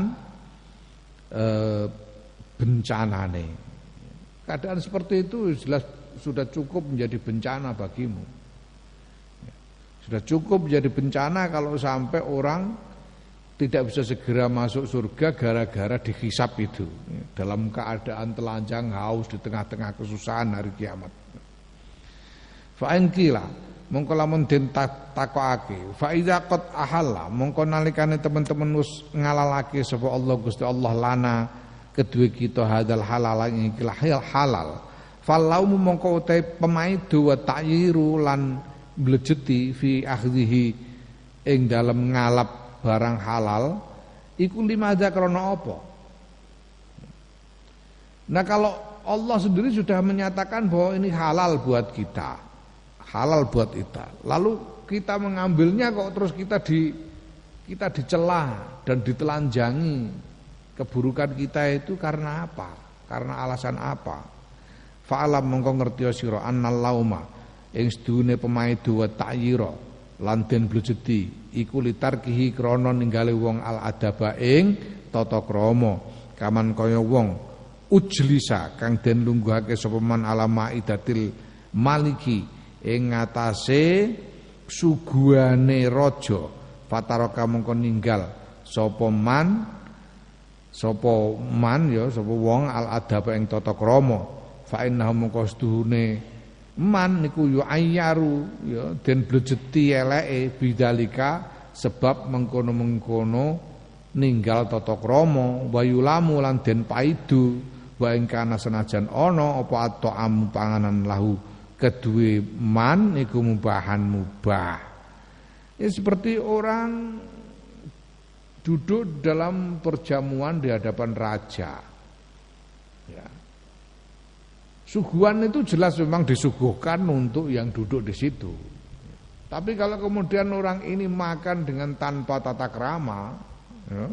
bencanane. Keadaan seperti itu jelas sudah cukup menjadi bencana bagimu. Sudah cukup menjadi bencana kalau sampai orang tidak bisa segera masuk surga gara-gara dihisab itu, dalam keadaan telanjang haus di tengah-tengah kesusahan hari kiamat. Fa in qila mongko lamun den takokake fa idza qad ahalla mongko nalikane teman-teman wis ngalalake sapa Allah Gusti Allah lana kedue kita hadal halal ing halal falaumu mongko utai pemaidu wa ta'yiru lan blejeti fi akhdhihi ing dalem ngalap barang halal iku limadza krana apa. Nah, kalau Allah sendiri sudah menyatakan bahwa ini halal buat kita, halal buat kita, lalu kita mengambilnya kok terus kita dicela dan ditelanjangi. Keburukan kita itu karena apa? Karena alasan apa? Fa'alam mongko ngerti sira annal lauma ing sedune pemaidu wa ta'yira lan den blejeti iku litarkihi krana ninggale wong al adaba ing tata krama kaman kaya wong ujlisa kang den lungguhake sapa man ala maidatil maliki ing ngatasé suguhane raja fataraka mongko ninggal sapa man ya sapa wong al adaba ing tata krama fa innahu mongko seduhune man niku yo ayyaru ya den blejeti eleke bidzalika sebab mengkono-mengkono ninggal tata krama wayulamu lan den paidu wa ing kana senajan ana apa at'am panganan lahu kedue man iku mubahan mubah. Ya seperti orang duduk dalam perjamuan di hadapan raja. Ya. Suguhan itu jelas memang disuguhkan untuk yang duduk di situ. Tapi kalau kemudian orang ini makan dengan tanpa tata krama, ya,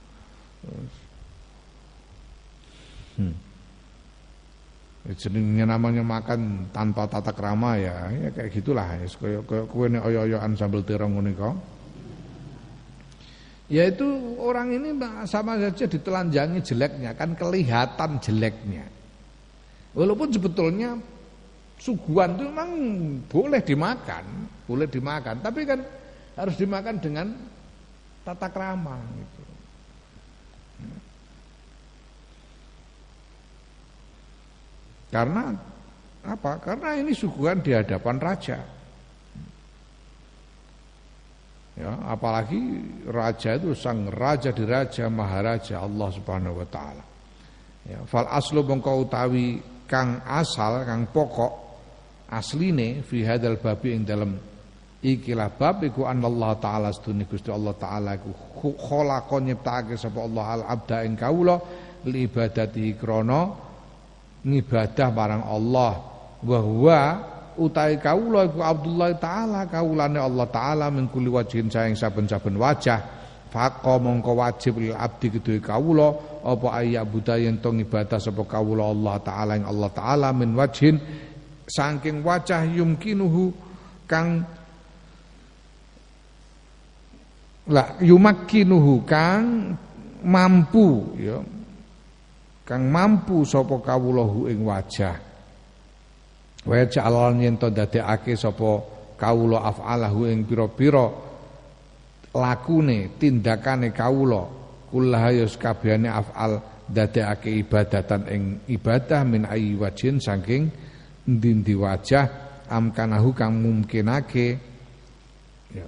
jenenge namanya makan tanpa tata krama ya kayak gitulah ya kayak kowe nek oyo-oyoan sambel terong ngene kok. Yaitu orang ini sama saja ditelanjangi jeleknya, kan kelihatan jeleknya. Walaupun sebetulnya suguhan itu memang boleh dimakan, tapi kan harus dimakan dengan tata krama gitu. Karena apa? Karena ini suguhan di hadapan raja. Ya, apalagi raja itu sang raja di raja maharaja Allah Subhanahu wa taala. Ya, fal aslu mongko utawi kang asal kang pokok asline fi hadzal babi ing dalem ikilah bab iku anallahu taala sedune Gusti Allah taala iku khalaqa nyiptakake sapa Allah al abda ing kawula li ibadati krana ngibadah marang Allah wa huwa utahe kawula iku Abdullah taala kawulane Allah taala min kulli wajhin saing saben-saben wajah faqa mongko wajib lil abdi kedue kawula apa ayya budaya yen to ibadah sapa kawula Allah taala ing Allah taala min wajhin saking wajah yumkinuhu kang yumakkinuhu kang mampu ya kang mampu sapa kawula ing wajah wa ja'alan yen to dadekake sapa kawula af'alahu ing pira-pira lakune tindakane kawula kullaha kabehane af'al dadekake ibadatan ing ibadah min ayi wajhin saking ndi wajah amkanahu kang mungkinake ya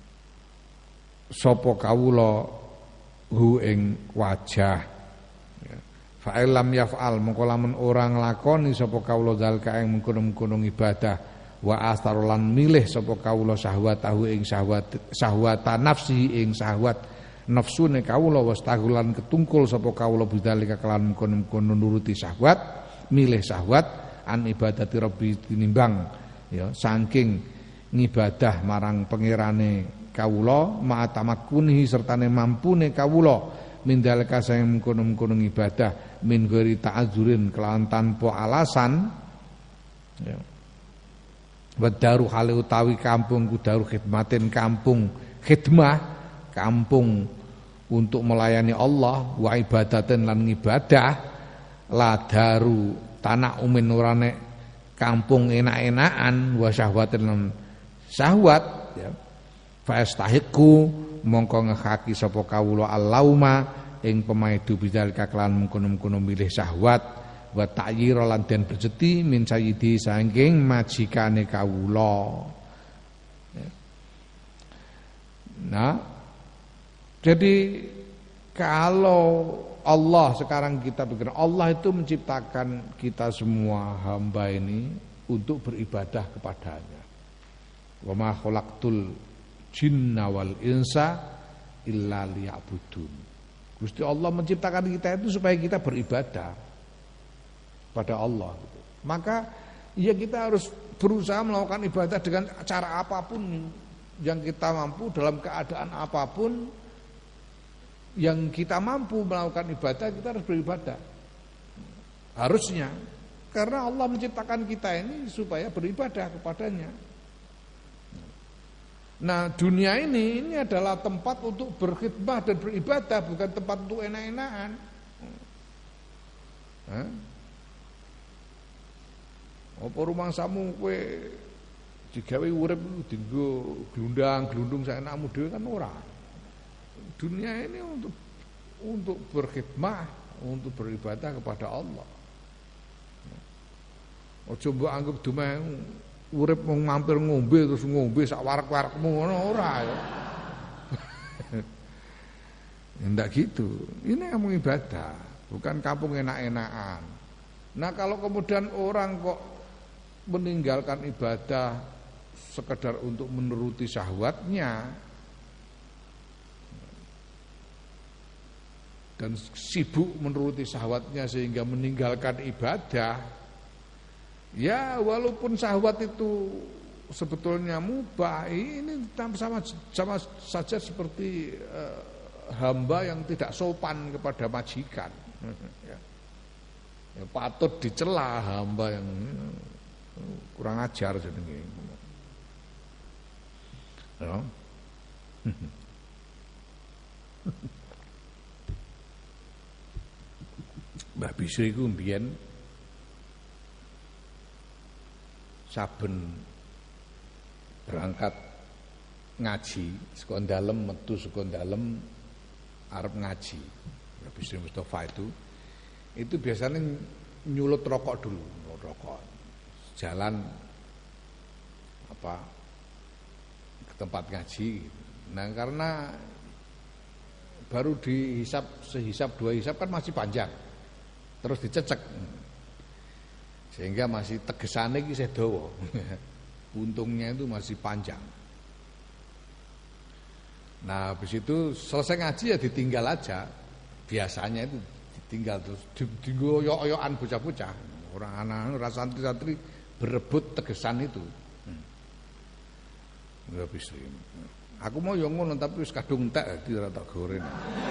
sapa kawula hu ing wajah ya fa lam yaf'al mengko lamun ora nglakoni sapa kawula zalika ing mengkono-mengkono ibadah wa astarolan milih sapa kawula syahwatahu ing syahwata nafsi ing syahwat nafsune kawula wastahulan ketungkul sapa kawula bidzalika kelawan mengkono-mengkono nuruti syahwat milih syahwat an ibadati rabbi tinimbang ya saking ngibadah marang pangerane kawula ma'atamakkunihi sertane mampune kawula mindalika sing mengkono-mengkono ibadah min ghairi ta'adzurin kelawan tanpa alasan ya Wadaru hale utawi kampung kudaru khidmatin kampung khidmah kampung untuk melayani Allah wa ibadatin lan ibadah la daru tanah umin urane kampung enak-enakan wa syahwatin lan syahwat ya fastahiqu mongko ngehaki sapa kawula allauma ing pemaidu bidzalika kelan mengkono-mengkono milih syahwat wa ta'yira lan den bejeti min sayyidi saking majikane kawula. Nah, jadi kalau Allah sekarang kita pikir Allah itu menciptakan kita semua hamba ini untuk beribadah kepadanya. Wa ma khalaqtul jinna wal insa illa liya'budun. Gusti Allah menciptakan kita itu supaya kita beribadah pada Allah. Maka ya kita harus berusaha melakukan ibadah dengan cara apapun yang kita mampu dalam keadaan apapun yang kita mampu melakukan ibadah kita harus beribadah. Harusnya karena Allah menciptakan kita ini supaya beribadah kepadanya. Nah, dunia ini adalah tempat untuk berkhidmah dan beribadah, bukan tempat untuk enak-enakan. Apa rumangsamu kowe digawe urip dienggo glundang-glundung saenakmu dhewe kan ora. Dunia ini untuk berkhidmah, untuk beribadah kepada Allah. Aja mbok anggap dumeh urip mung mampir ngombe terus ngombe sak warek-warekmu ngono ora ya. Enggak gitu. Ini kampung ibadah, bukan kampung enak-enakan. Nah, kalau kemudian orang kok meninggalkan ibadah sekedar untuk menuruti syahwatnya dan sibuk menuruti syahwatnya sehingga meninggalkan ibadah, ya walaupun syahwat itu sebetulnya mubah, ini sama saja seperti hamba yang tidak sopan kepada majikan. Ya, patut dicela hamba yang kurang ajar jenenge. Ya. Mbah Bisri iku mbiyen saben berangkat ngaji saka dalem metu saka dalem arep ngaji. Mbah Bisri Mustafa itu biasanya nyulut rokok dulu, rokok. Jalan ke tempat ngaji. Nah, karena baru dihisap sehisap dua hisap kan masih panjang. Terus dicecek. Sehingga masih tegesane iki isih dawa. Untungnya itu masih panjang. Nah, habis itu selesai ngaji ya ditinggal aja. Biasanya itu ditinggal terus digoyok-oyokan bocah-bocah. Orang anak-anak santri-santri berebut tegesan itu. Mbah Bisri. Aku mau yo ngono tapi wis kadung entek dadi ora tak goreng.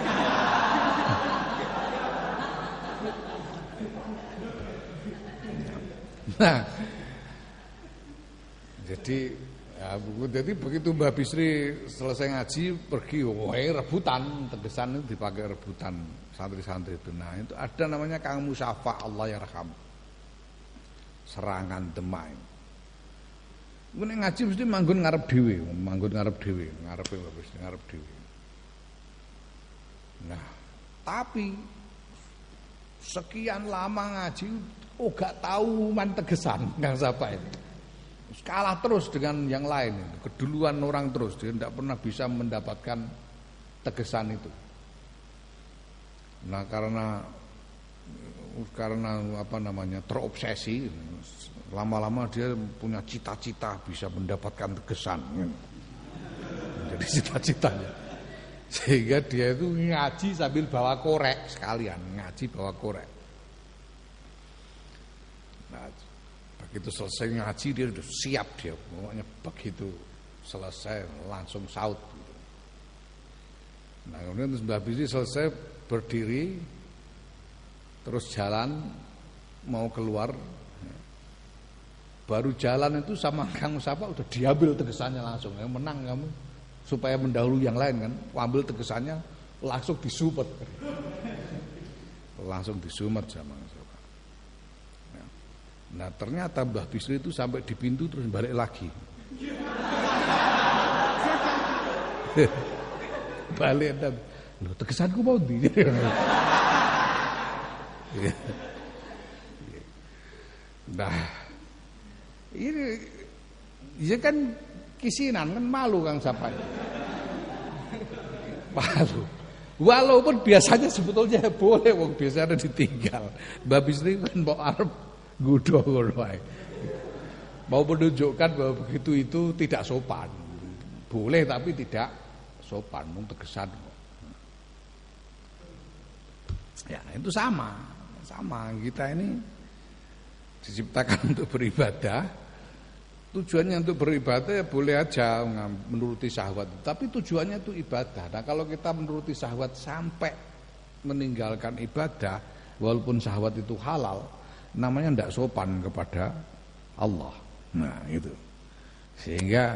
Nah, jadi begitu Mbah Bisri selesai ngaji pergi, rebutan tegesan itu dipakai rebutan santri-santri itu. Nah itu ada namanya Kang Musyafa Allah yarham, serangan Demak. Gue ngaji mesti manggon ngarep dhewe, ngarepe Mbah Bisri ngarep dhewe. Nah tapi sekian lama ngaji, gak tahu man tegesan Kang Sapa itu. Kalah terus dengan yang lain, keduluan orang terus, dia tidak pernah bisa mendapatkan tegesan itu. Nah karena terobsesi, lama-lama dia punya cita-cita bisa mendapatkan tegesan, jadi cita-citanya, sehingga dia itu ngaji sambil bawa korek sekalian, ngaji bawa korek. Nah, begitu selesai ngaji dia sudah siap dia, pokoknya begitu selesai langsung saut. Nah kemudian Mbah Bisri selesai berdiri, terus jalan mau keluar, baru jalan itu sama Kang Musyafa udah diambil tegesannya langsung, ya menang kamu, supaya mendahului yang lain kan, ambil tegesannya langsung disumet, langsung disumet sama Kang Musyafa. Nah ternyata Mbah Bisri itu sampai di pintu terus balik lagi. Balik dan loh tegesanku mau di. Nah ini ya kan kisinan kan malu Kang Sapa. Malu. Walaupun biasanya sebetulnya boleh, wong biasanya ditinggal. Mbah Bisri kan mau arep gudo ngono wae. Mau menunjukkan bahwa begitu itu tidak sopan. Boleh tapi tidak sopan, mung tegesan kok. Ya, itu sama kita ini diciptakan untuk beribadah. Tujuannya untuk beribadah ya boleh aja menuruti syahwat, tapi tujuannya itu ibadah. Nah, kalau kita menuruti syahwat sampai meninggalkan ibadah walaupun syahwat itu halal, namanya tidak sopan kepada Allah. Nah itu, sehingga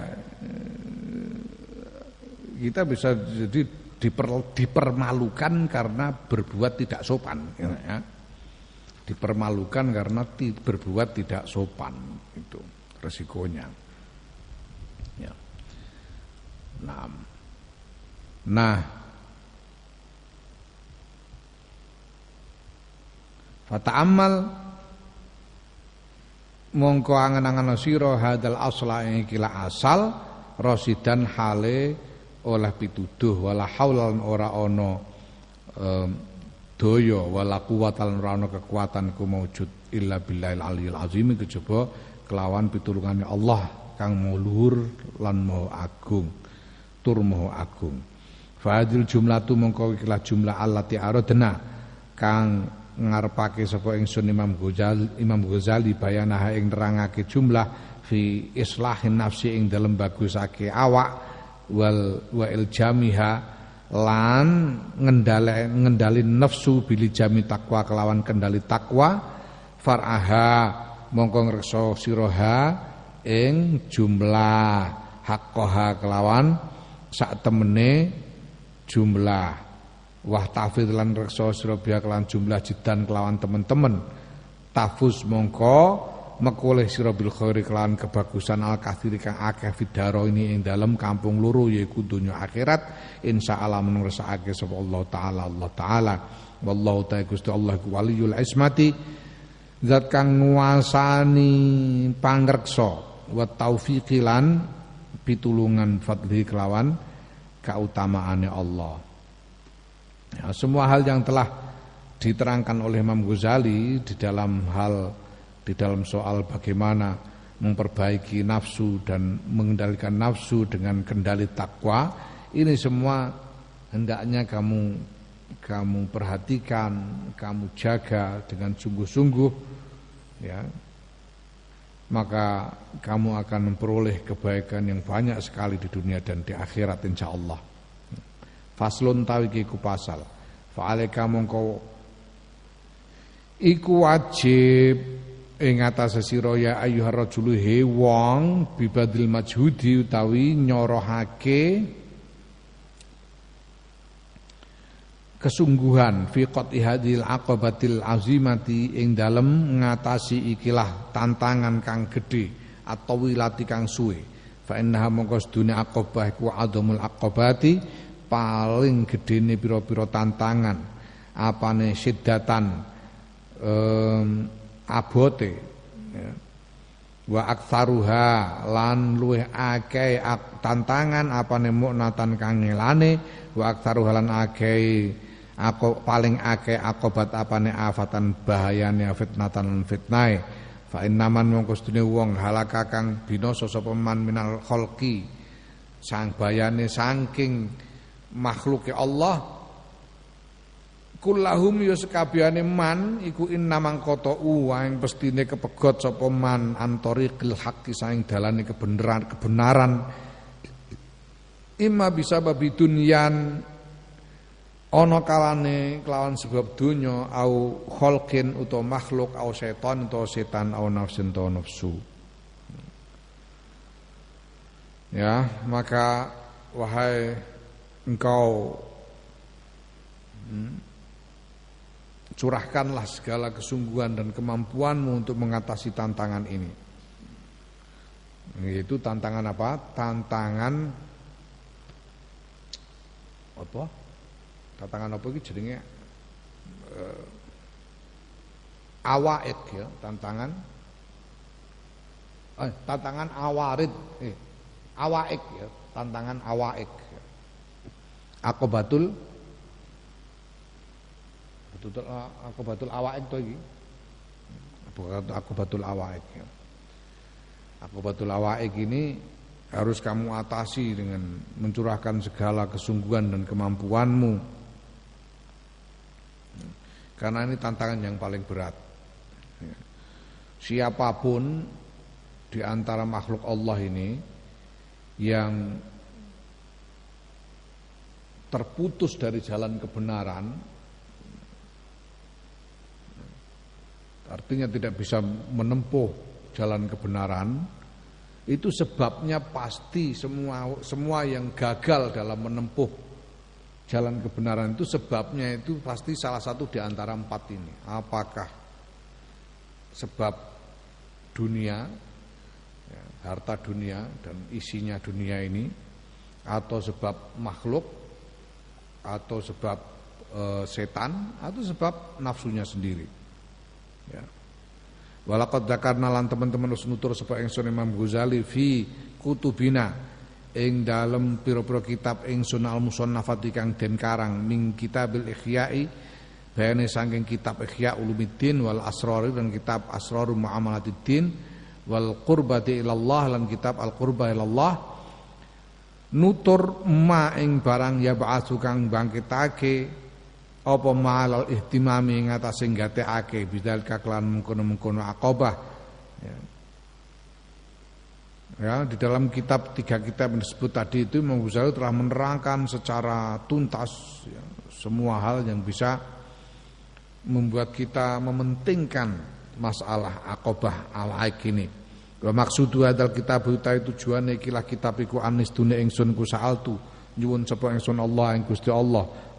kita bisa jadi dipermalukan karena berbuat tidak sopan, ya. Dipermalukan karena berbuat tidak sopan, itu resikonya. Ya. Nah, fata'ammal mongko angen-angen sira hadal asla ing kila asal rasidan hale oleh pituduh wala haulan ora ana daya wala kuwatan ora ana kekuatan ku maujud illa billahil aliyil azim kejaba kelawan pitulungane Allah kang maha luhur lan maha agung tur maha agung. Fadil jumlatu mongko ikilah jumlah allati aradna kang ngarepake sapa ingsun Imam Ghazali bayanaha ing nerangake jumlah fi islahin nafsi ing dalem bagusake awak wa iljamiha lan ngendalin nafsu bili jami takwa kelawan kendali takwa faraha mongko ngreksa siraha ing jumlah haqqaha kelawan sak temene jumlah wah tafid lan reksa sira biya kelawan jumlah jidan kelawan temen-temen tafus mongko mekoleh sira bil khairi kelawan kebagusan al katsiri kang akeh fidaro ini ing dalem kampung loro yaiku donya akhirat insyaallah menungsake sapa Allah taala wallahu ta'ala Gusti Allah waliyul ismati zat kang nguasani pangreksa wa taufiqi lan pitulungan fadli kelawan kautamaane Allah. Ya, semua hal yang telah diterangkan oleh Imam Ghazali di dalam soal bagaimana memperbaiki nafsu dan mengendalikan nafsu dengan kendali takwa, ini semua hendaknya kamu perhatikan, kamu jaga dengan sungguh-sungguh, ya. maka kamu akan memperoleh kebaikan yang banyak sekali di dunia dan di akhirat insyaallah. Faslun tawi iku pasal. Fa alaika mongko iku wajib ing atase sira ya ayyuhar rajulu he wong bibadil majhudi utawi nyorohake kesungguhan fi qati hadil aqabatil azimati ing dalem ngatasi ikilah tantangan kang gedhe atau wilati kang suwe fa innaha mongko sedune aqabah ku adamul aqabati paling gedene pira-pira tantangan apane siddatan abote ya. Wa aktsaruha lan luweh akeh tantangan apane muknatan kang ngelane wa aktsaruha lan akeh aku paling akeh akobat apane afatan bahayane fitnatan fitnae fa innaman mongko sedune wong halaka kang binasa sapa man minal khalqi sang bayane saking makhluke Allah kullahum ya sekabehane man iku innamang qata'u waing pestine kepegot sapa man antariqil haqqi saing dalane kebenaran imma bisa babi dunyan ana kalane kelawan sebab donya au khalqin utawa makhluk au setan utawa setan au nafsin utawa nafsu. Ya, maka wahai engkau curahkanlah segala kesungguhan dan kemampuanmu untuk mengatasi tantangan ini. Yaitu tantangan apa? Tantangan apa? Tantangan apa iki jenenge awaid ya, tantangan awarid awaik ya, tantangan awaik. Akobatul awaik to iki. Akobatul awaik ya. Akobatul awaik ini harus kamu atasi dengan mencurahkan segala kesungguhan dan kemampuanmu. Karena ini tantangan yang paling berat. Siapapun di antara makhluk Allah ini yang terputus dari jalan kebenaran, artinya tidak bisa menempuh jalan kebenaran, itu sebabnya pasti semua yang gagal dalam menempuh jalan kebenaran itu sebabnya itu pasti salah satu di antara 4 ini. Apakah sebab dunia, ya, harta dunia dan isinya dunia ini, atau sebab makhluk, atau sebab setan, atau sebab nafsunya sendiri. Ya. Walaqad dzakarna lan teman-teman wis nutur sapa ingsun Imam Ghazali fi kutubina ing dalem pira-pira kitab ingsun al-musannafati kang den karang min kitabil ihya'i bayane saking kitab Ihya Ulumuddin wal Asrar dan kitab Asrarul Muamalatiddin wal Qurbati ilallah lan kitab Al-Qurbah ilallah nutur ma ing barang ya ba'atsu kang bangkitake apa ma'al ihtimami ing atase gatekake bidal kaklan mengkono-mengkono aqabah ya. Ya, di dalam kitab 3 kitab yang disebut tadi itu Imam Ghazali telah menerangkan secara tuntas ya, semua hal yang bisa membuat kita mementingkan masalah aqabah al-aik ini. Wa maksudu hadal kitab utawi tujuane ikilah kitab iku anis dune ingsun ku sa'altu nyuwun sapa ingsun Allah ing Gusti Allah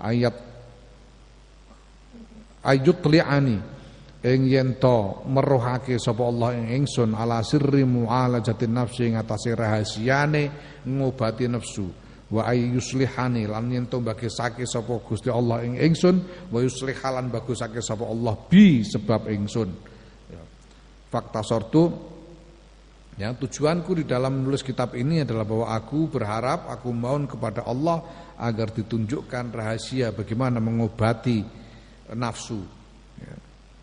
ayut li'ani ing yen to meruhake sapa Allah ing ingsun ala sirri mu'alajatin nafsi ing atase rahasiane ngobati nafsu wa ayyuslihani lan yen to bagesake sapa Gusti Allah ing ingsun wa yuslihalan bagusake sapa Allah bi sebab ingsun ya. Fakta sortu ya, tujuanku di dalam menulis kitab ini adalah bahwa aku berharap, aku mohon kepada Allah agar ditunjukkan rahasia bagaimana mengobati nafsu ya.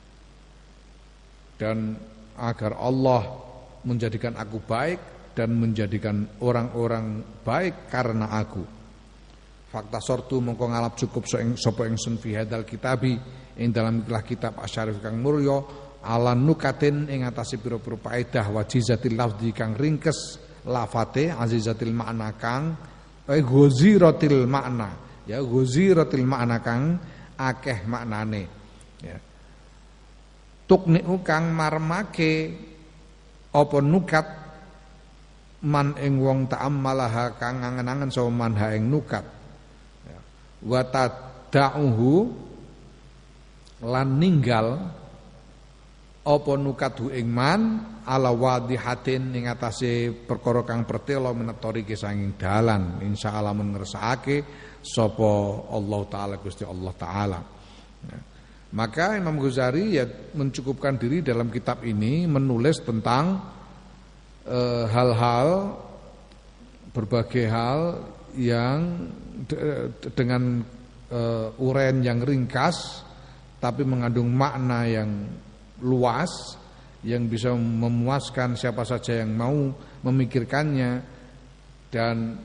Dan agar Allah menjadikan aku baik dan menjadikan orang-orang baik karena aku. Fakta sortu mongko ngalap cukup sapa ingsun fi hadal kitabi ing dalam ikhlas kitab Asyarif kang mulya ala nukatin ing atase pira-pira faedah wajizatil lafzi kang ringkes lafate azizatil makna kang ghaziratil makna ya ghaziratil makna kang akeh maknane ya tukniku kang marmake apa nukat man ing wong ta'ammalaha kang ngangen-angen sapa man ha ing nukat ya wa tad'uhu lan ninggal apa nukatu ing man ala wadihatin ing atase perkara kang pertela menetori sanging dalan insyaallah men ngersakake sapa Allah taala Gusti Allah taala. Ya. Maka Imam Ghazali ya mencukupkan diri dalam kitab ini menulis tentang hal-hal berbagai hal yang dengan uraian yang ringkas tapi mengandung makna yang luas yang bisa memuaskan siapa saja yang mau memikirkannya dan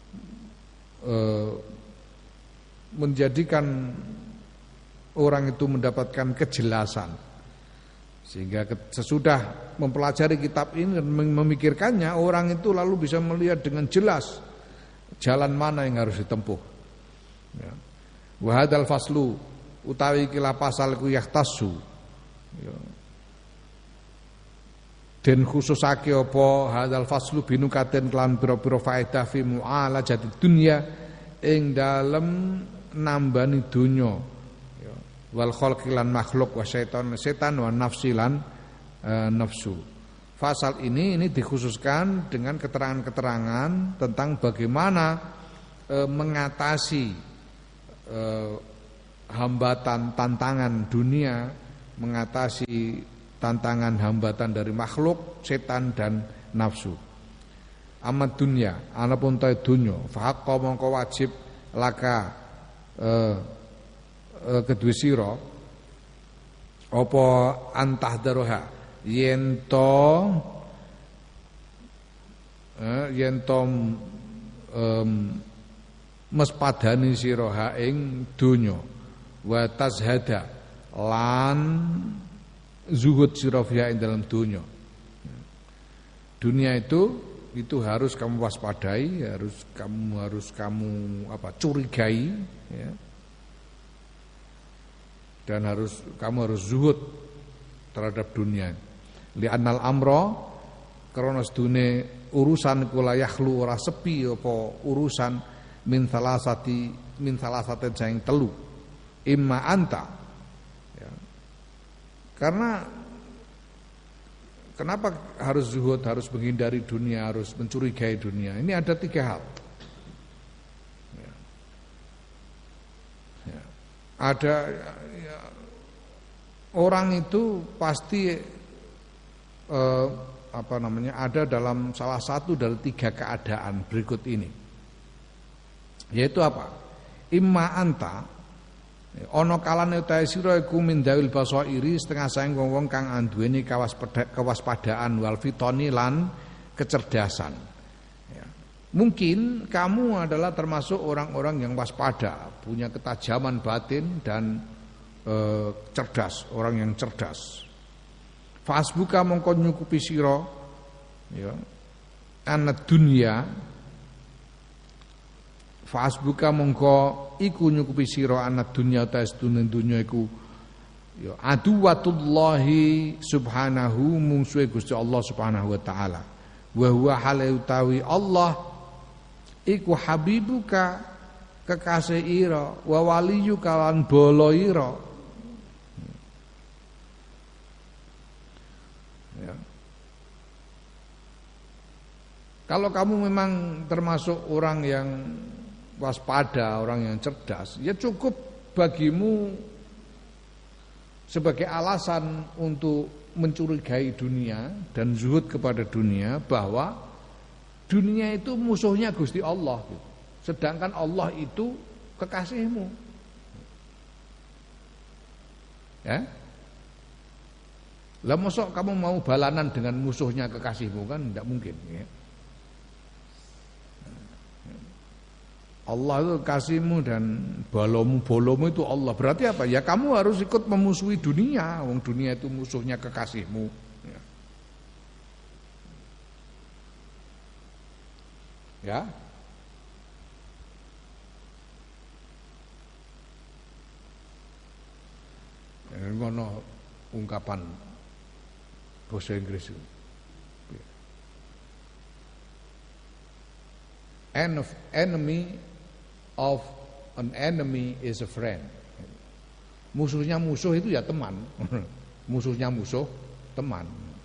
menjadikan orang itu mendapatkan kejelasan sehingga sesudah mempelajari kitab ini dan memikirkannya orang itu lalu bisa melihat dengan jelas jalan mana yang harus ditempuh ya. Wa hadzal faslu utawi kila pasal ku yahtasu ya. Den khususake apa hadzal faslu binukaten kelan pira-pira faedah fi mu'alajati dunya ing dalem nambani donya ya wal khalqi lan makhluk wa setan wa nafsi lan nafsu. Fasal ini dikhususkan dengan keterangan-keterangan tentang bagaimana mengatasi hambatan tantangan dunia, mengatasi tantangan hambatan dari makhluk, setan dan nafsu. Amad dunya, anapun ta dunya, fa haqqa mongko wajib laka kedue sira apa antahdaroha yen to mespadani sira ha ing donya wa tazhada lan zuhud sira fiha ing dalam donya. Dunia itu harus kamu waspadai, harus kamu curigai ya. Dan kamu harus zuhud terhadap dunia. Li'annal amra karena sedune urusan kula yakhlu ora sepi apa urusan min salasati jang telu. Imma anta ya. Karena kenapa harus zuhud, harus menghindari dunia, harus mencurigai dunia? Ini ada 3 hal. Ya. Ya. Ada ya, orang itu pasti ada dalam salah satu dari 3 keadaan berikut ini. Yaitu apa? Imma anta ana kalane utahe sira iku min dawil basairi setengah saing wong-wong kang anduweni kewaspadaan wal fitoni lan kecerdasan. Ya. Mungkin kamu adalah termasuk orang-orang yang waspada, punya ketajaman batin dan cerdas, orang yang cerdas. Fasbuka mongko nyukupi sira ya anad dunya fasbuka mongko iku nyukupi sira anad dunya ta dunya iku ya aduwatullahi subhanahu mungsuhe Gusti Allah subhanahu wa taala wa huwa hale utawi Allah iku habibuka kekasih ira wa waliyuka lan bala ira. Ya. Kalau kamu memang termasuk orang yang waspada, orang yang cerdas, ya cukup bagimu sebagai alasan untuk mencurigai dunia dan zuhud kepada dunia bahwa dunia itu musuhnya Gusti Allah, sedangkan Allah itu kekasihmu. Ya. Lah mosok kamu mau balanan dengan musuhnya kekasihmu kan tidak mungkin ya. Allah itu kasihmu dan bolomu itu Allah. Berarti apa? Ya kamu harus ikut memusuhi dunia. Wong dunia itu musuhnya kekasihmu. Ya. Ini ngono ungkapan bahasa Inggris itu. Enemy of an enemy is a friend. Musuhnya musuh itu ya teman. Musuhnya musuh teman.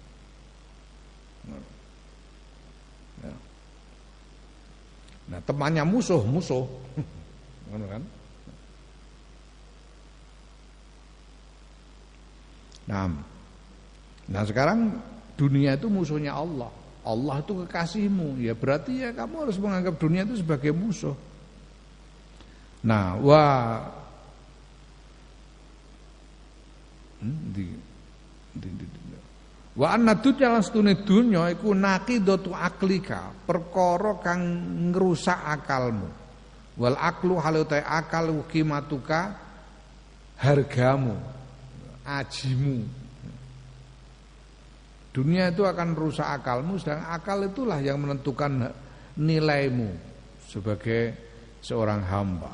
Nah, temannya musuh. Ngono kan? Nah sekarang dunia itu musuhnya Allah. Allah itu kekasihmu. Ya berarti ya kamu harus menganggap dunia itu sebagai musuh. Nah, wa anna dunya lan stune dunya iku naqidatu aklika, perkara kang ngrusak akalmu. Wal aqlu halutai akal qimatuka, hargamu, ajimu. Dunia itu akan merusak akalmu, sedang akal itulah yang menentukan nilaimu sebagai seorang hamba.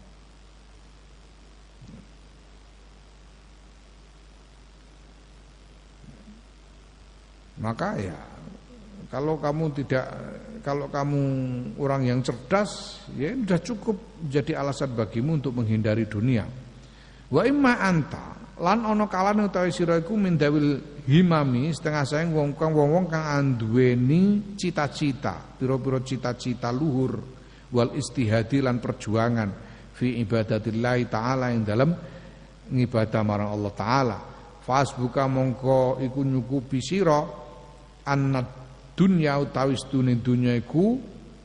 Maka ya kalau kamu orang yang cerdas, ya sudah cukup jadi alasan bagimu untuk menghindari dunia. Wa imma anta lan ana kalane utawi sira iku mindawil himami setengah saeng wong kang anduweni cita-cita, pira-pira cita-cita luhur wal istihadi lan perjuangan fi ibadatillah taala ing dalem ngibadah marang Allah taala. Fasbuka mongko iku nyukupi sira annad dunya utawi sedune dunya iku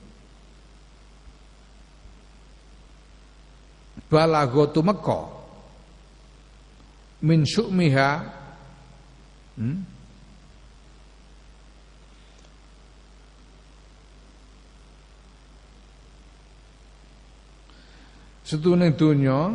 balaghatu Mekah min syu'miha sedune dunya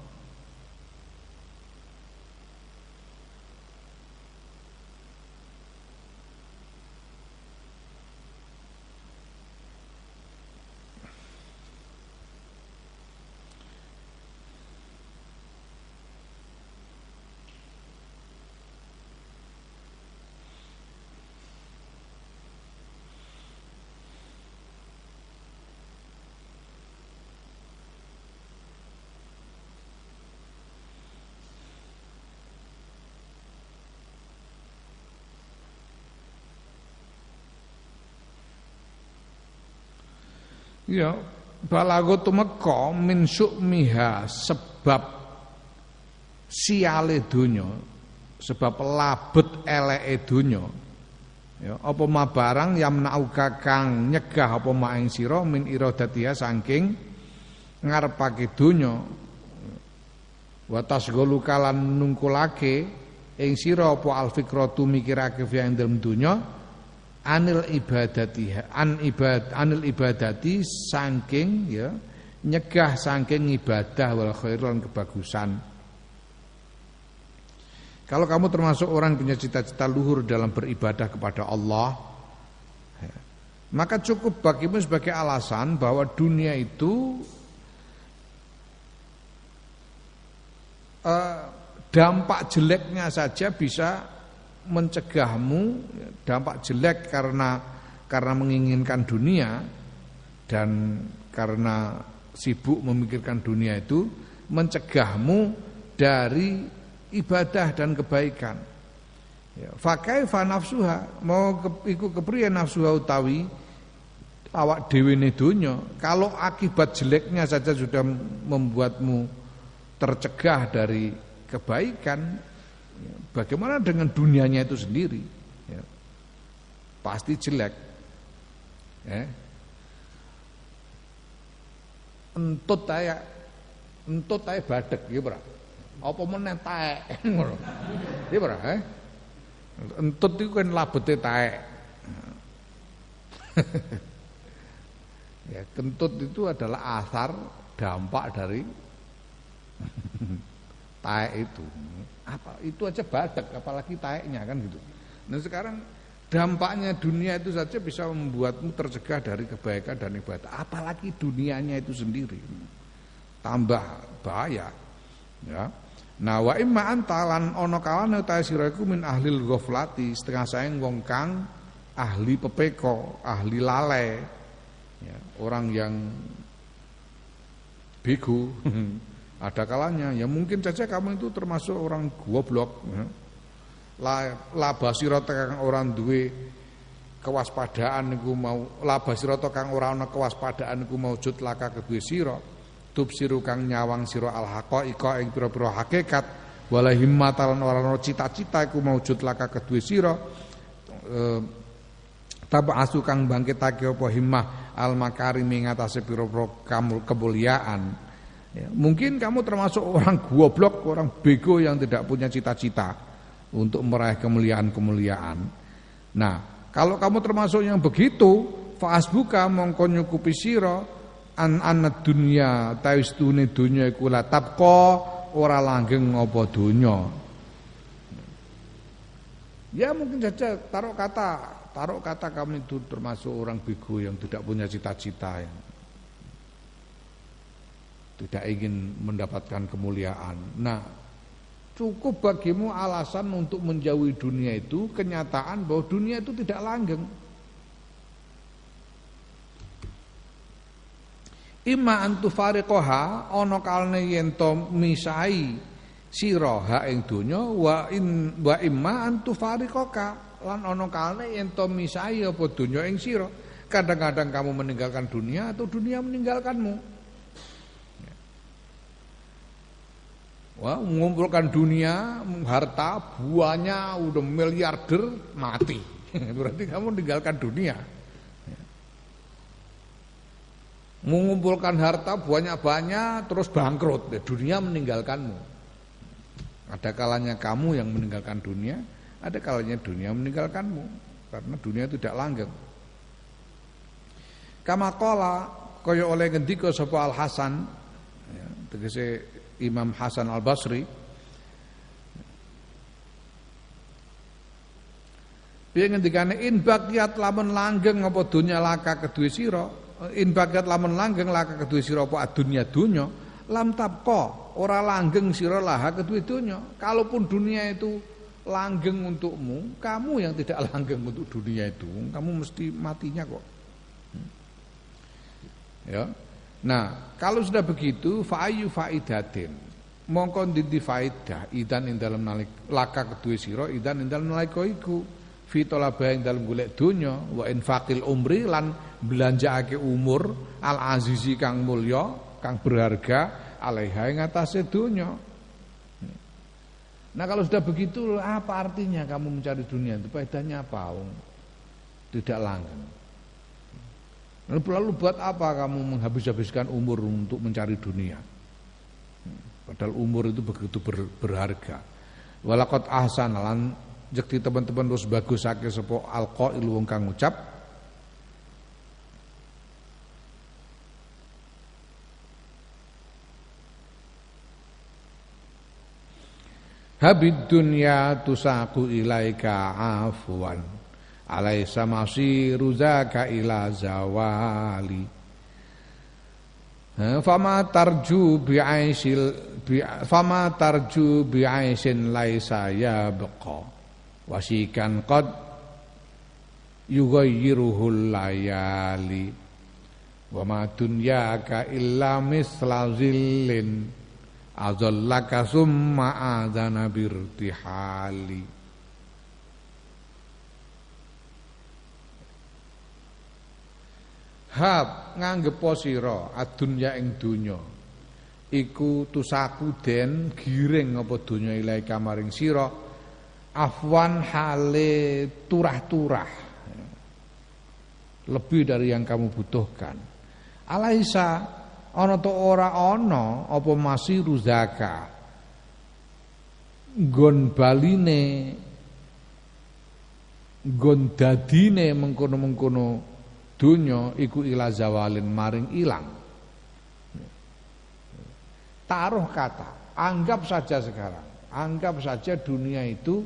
ya balaghatu Mekah min syu'miha, sebab siale donya, sebab labet eleke donya. Ya, apa ma barang yamnauka kang nyegah apa ma ing sira min iradatiha saking ngarepake donya. Wa tasghulu kalan nungkulake ing sira apa alfikratu mikirake fi ing dalem donya. Anil ibadati saking ya nyegah saking ibadah wal khair lan kebagusan. Kalau kamu termasuk orang punya cita-cita luhur dalam beribadah kepada Allah, maka cukup bagimu sebagai alasan bahwa dunia itu dampak jeleknya saja bisa mencegahmu, dampak jelek karena menginginkan dunia dan karena sibuk memikirkan dunia itu mencegahmu dari ibadah dan kebaikan. Fa kaifa nafsuha, mau iku kepriye nafsuha utawi awak dhewe ne donya, kalau akibat jeleknya saja sudah membuatmu tercegah dari kebaikan, bagaimana dengan dunianya itu sendiri? Ya, pasti jelek. Entut ae badek ya ora. Apa meneh taek ngono. Ya ora, Entut iku kan labete taek. Ya, kentut itu adalah asar dampak dari taek itu. Apa itu aja badak, apalagi taeknya kan gitu. Nah sekarang dampaknya dunia itu saja bisa membuatmu tercegah dari kebaikan dan ibadah, apalagi dunianya itu sendiri. Tambah bahaya. Ya. Nah wa imma antalan ana kawane ta sira iku min ahlil ghaflati, setengah saeng wong kang ahli pepeko, ahli lalai. Ya, orang yang bego. Ada kalanya ya mungkin saja kamu itu termasuk orang goblok, ya. La basirata kang orang duwe kewaspadaan niku mau la basirata kang ora ana kewaspadaan niku maujud laka kedue sira tubsiru kang nyawang sira al haqaiqa ing pira-pira hakikat wala himmatan ora ana cita-cita iku maujud laka kedue sira tabasu kang bangkitake apa himmah al makarim ing atase pira-pira kemuliaan. Ya, mungkin kamu termasuk orang goblok, orang bego yang tidak punya cita-cita untuk meraih kemuliaan-kemuliaan. Nah, kalau kamu termasuk yang begitu, fa'asbuka mongko nyukupi sira anad dunya tawistune dunya iku la tabqa ora langgeng apa donya. Ya mungkin saja taruh kata kamu itu termasuk orang bego yang tidak punya cita-cita, yang tidak ingin mendapatkan kemuliaan. Nah, cukup bagimu alasan untuk menjauhi dunia itu kenyataan bahwa dunia itu tidak langgeng. Imma antu fariqaha ana kalane yen to misai sira ha ing donya wa imma antu fariqaka lan ana kalane yen to misai apa donya ing sira. Kadang-kadang kamu meninggalkan dunia atau dunia meninggalkanmu. Wah, mengumpulkan dunia, harta, buahnya udah miliarder, mati. Berarti kamu meninggalkan dunia. Mengumpulkan harta banyak-banyak terus bangkrut, dunia meninggalkanmu. Ada kalanya kamu yang meninggalkan dunia, ada kalanya dunia meninggalkanmu, karena dunia tidak langgeng. Kama qala kaya oleh ngendika sapa Al Hasan, ya, tegese Imam Hasan Al Basri, piye ngendikane in baqiyat lamun langgeng apa dunya laka kedue sira, in baqiyat lamun langgeng laka kedue sira apa dunya dunya lam tabqa ora langgeng sira laha kedue dunya. Kalaupun dunia itu langgeng untukmu, kamu yang tidak langgeng untuk dunia itu, kamu mesti matinya kok. Ya. Nah, kalau sudah begitu fa'ayu faidatin mongko ndi faidah idan ing dalem nalik laka kedue sira idan ing dalem nalika iku fi talaba ing dalem golek donya wa infaqil umri lan belanjaake umur al azizi kang mulya kang berharga alaiha ing atase donya. Nah, kalau sudah begitu apa artinya kamu mencari dunia itu? Faedahnya apa? Tidak langgeng. Lalu buat apa kamu menghabis-habiskan umur untuk mencari dunia? Padahal umur itu begitu berharga. Walaqad ahsana lan jekti teman-teman terus bagusake sapa alqail wong kang ngucap habid dunya tusaku ilaika afwan alaisa masiru zaka ila zawali fama tarju bi'aisin laisa yabqa wasikan qad yughayyiruhul layali wa ma dunyaka illa misla zillin azallaka summa adana birtihali. Hab nganggepo sira adunya ing donya iku tusaku den giring apa donya ilahi kamaring sira afwan hale turah-turah lebih dari yang kamu butuhkan. Alaisa ana to ora ana apa masiru zaka nggon baline nggon dadine mengkono-mengkono donya iku ila zawalin maring ilang. Taruh kata, anggap saja sekarang, anggap saja dunia itu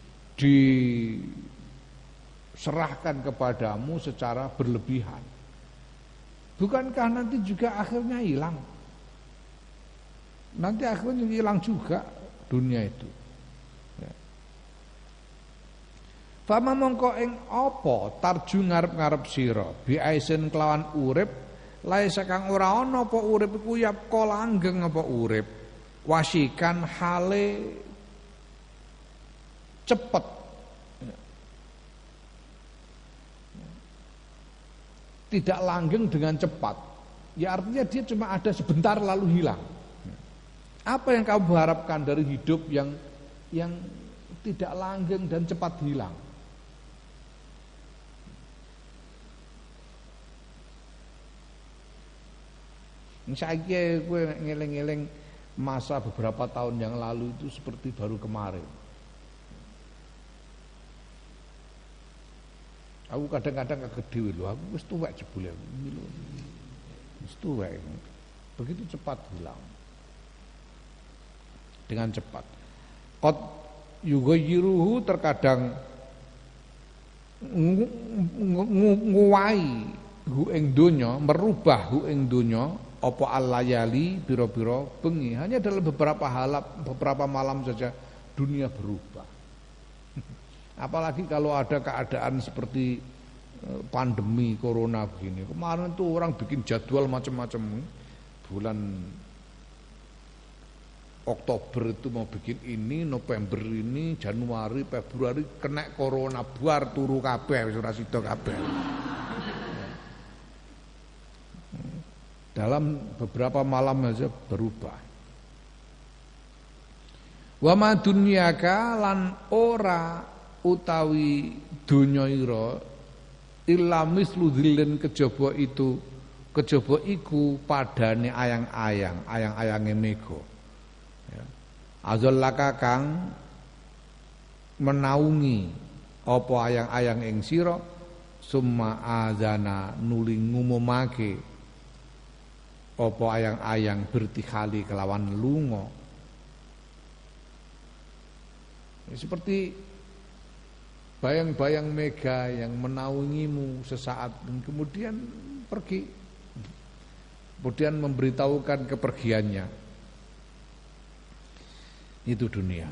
diserahkan kepadamu secara berlebihan. Bukankah nanti juga akhirnya hilang? Nanti akhirnya hilang juga dunia itu. Fama mongko ing apa tarju ngarep-ngarep sira bi aisen kelawan urip lae sakang ora ana apa urip iku yap langgeng apa urip wasikan hale cepet tidak langgeng dengan cepat ya artinya dia cuma ada sebentar lalu hilang. Apa yang kamu harapkan dari hidup yang tidak langgeng dan cepat hilang? Saiki kowe ngeling-eling masa beberapa tahun yang lalu itu seperti baru kemarin. Aku kadang-kadang kaget dhewe lho, aku wis tuwek jebule aku. Wis tuwek. Begitu cepat hilang. Dengan cepat. Qad yughayyiruhu terkadang nguwai hu ing donya, merubah hu ing donya apa al-layali biro-biro bengi. Hanya dalam beberapa malam saja dunia berubah. Apalagi kalau ada keadaan seperti pandemi corona begini. Kemarin tuh orang bikin jadwal macam-macam. Bulan Oktober itu mau bikin ini, November ini, Januari, Februari kena corona buar turu kabeh wis ora sida kabeh. Dalam beberapa malam saja berubah. Wa ma dunyaka lan ora utawi donya ira illa mislu dzillin kejaba iku padane ayang-ayange mega. Ya. Azallaka kang menaungi apa ayang-ayang ing sira summa azana nuli ngumumake apa ayang-ayang bertikhali kelawan lunga. Seperti bayang-bayang mega yang menaungimu sesaat dan kemudian pergi. Kemudian memberitahukan kepergiannya. Itu dunia.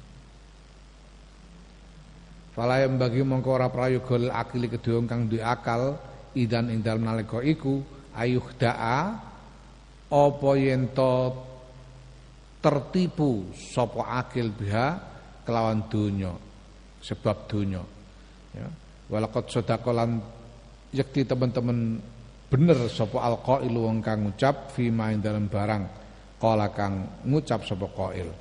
Fala yang bagi mongko ora prayoga akili kedua kang duwe akal idan ing dalem nalika iku ayuh da'a apa yen to tertipu sapa akil biha kelawan donya sebab donya ya walaqad sadaqalan yakti teman-teman bener sapa alqail wong kang ngucap fi ma ing dalem barang qala kang ngucap sapa qail.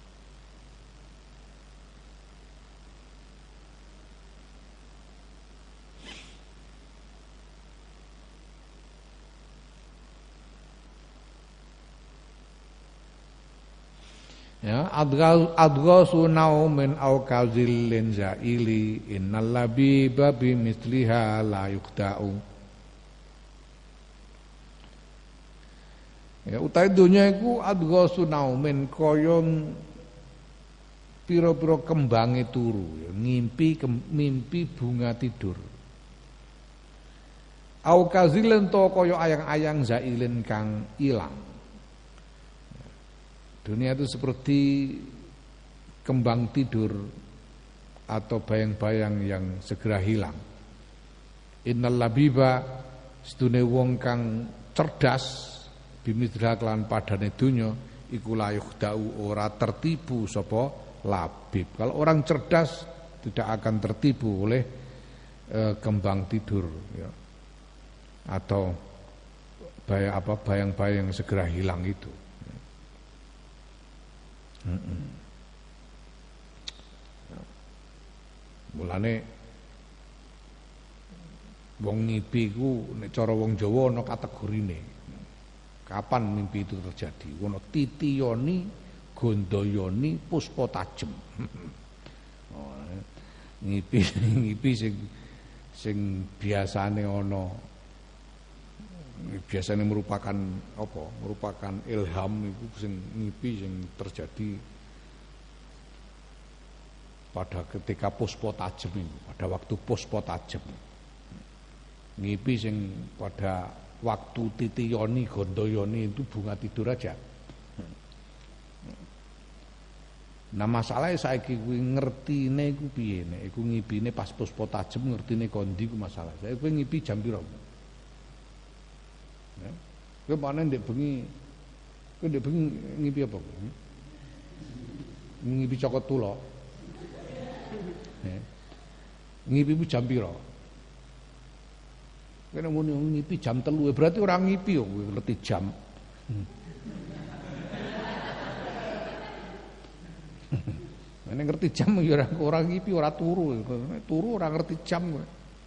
Ya adghasu naumin au kazillin zaili innal labiba bimithliha la yuqta'u. Ya utahe donya iku adghasu naumin kaya pira-pira kembange turu ya mimpi bunga tidur. Au kazillin to kaya ayang-ayang zailin kang ilang. Dunia itu seperti kembang tidur atau bayang-bayang yang segera hilang. Innal labiba sedune wong kang cerdas bimidra kelan padane donya iku layuh da'u ora tertipu sapa labib. Kalau orang cerdas tidak akan tertipu oleh kembang tidur ya. Atau bayang-bayang segera hilang itu. Mulane wong mimpi ku nek cara wong Jawa ana kategorine. Kapan mimpi itu terjadi? Ono titiyoni, gondayoni, puspa tajem. Ngipi sing biasane ana biasanya merupakan apa? Merupakan ilham itu sing ngipi sing terjadi pada ketika puspa tajem itu, pada waktu puspa tajem. Ngipi sing pada waktu titiyoni gondoyoni itu bunga tidur aja. Nah masalahnya saiki kuwi ngertine iku piye nek iku ngipine pas puspa tajem ngertine kondi ku masalah. Saya kuwi ngipi jam pira? Ya. Kowe panen ndek bengi. Kowe ndek bengi ngipi apa? Ngipi cokot tulo. Ya. Ngipi ku jam pira? Kowe nek muni ngipi jam 3 berarti ora ngipi yo kowe ngerti jam. Nek ngerti jam ya ora ngipi ora turu. Turu ora ngerti jam kowe.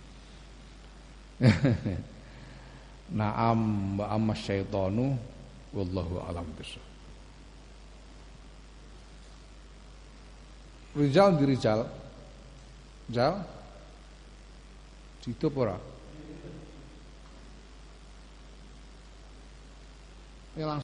Na'am wa amma syaitanu wallahu alam bissawab. Rijal di rijal. Jal. Ditutup ora? Ya langsung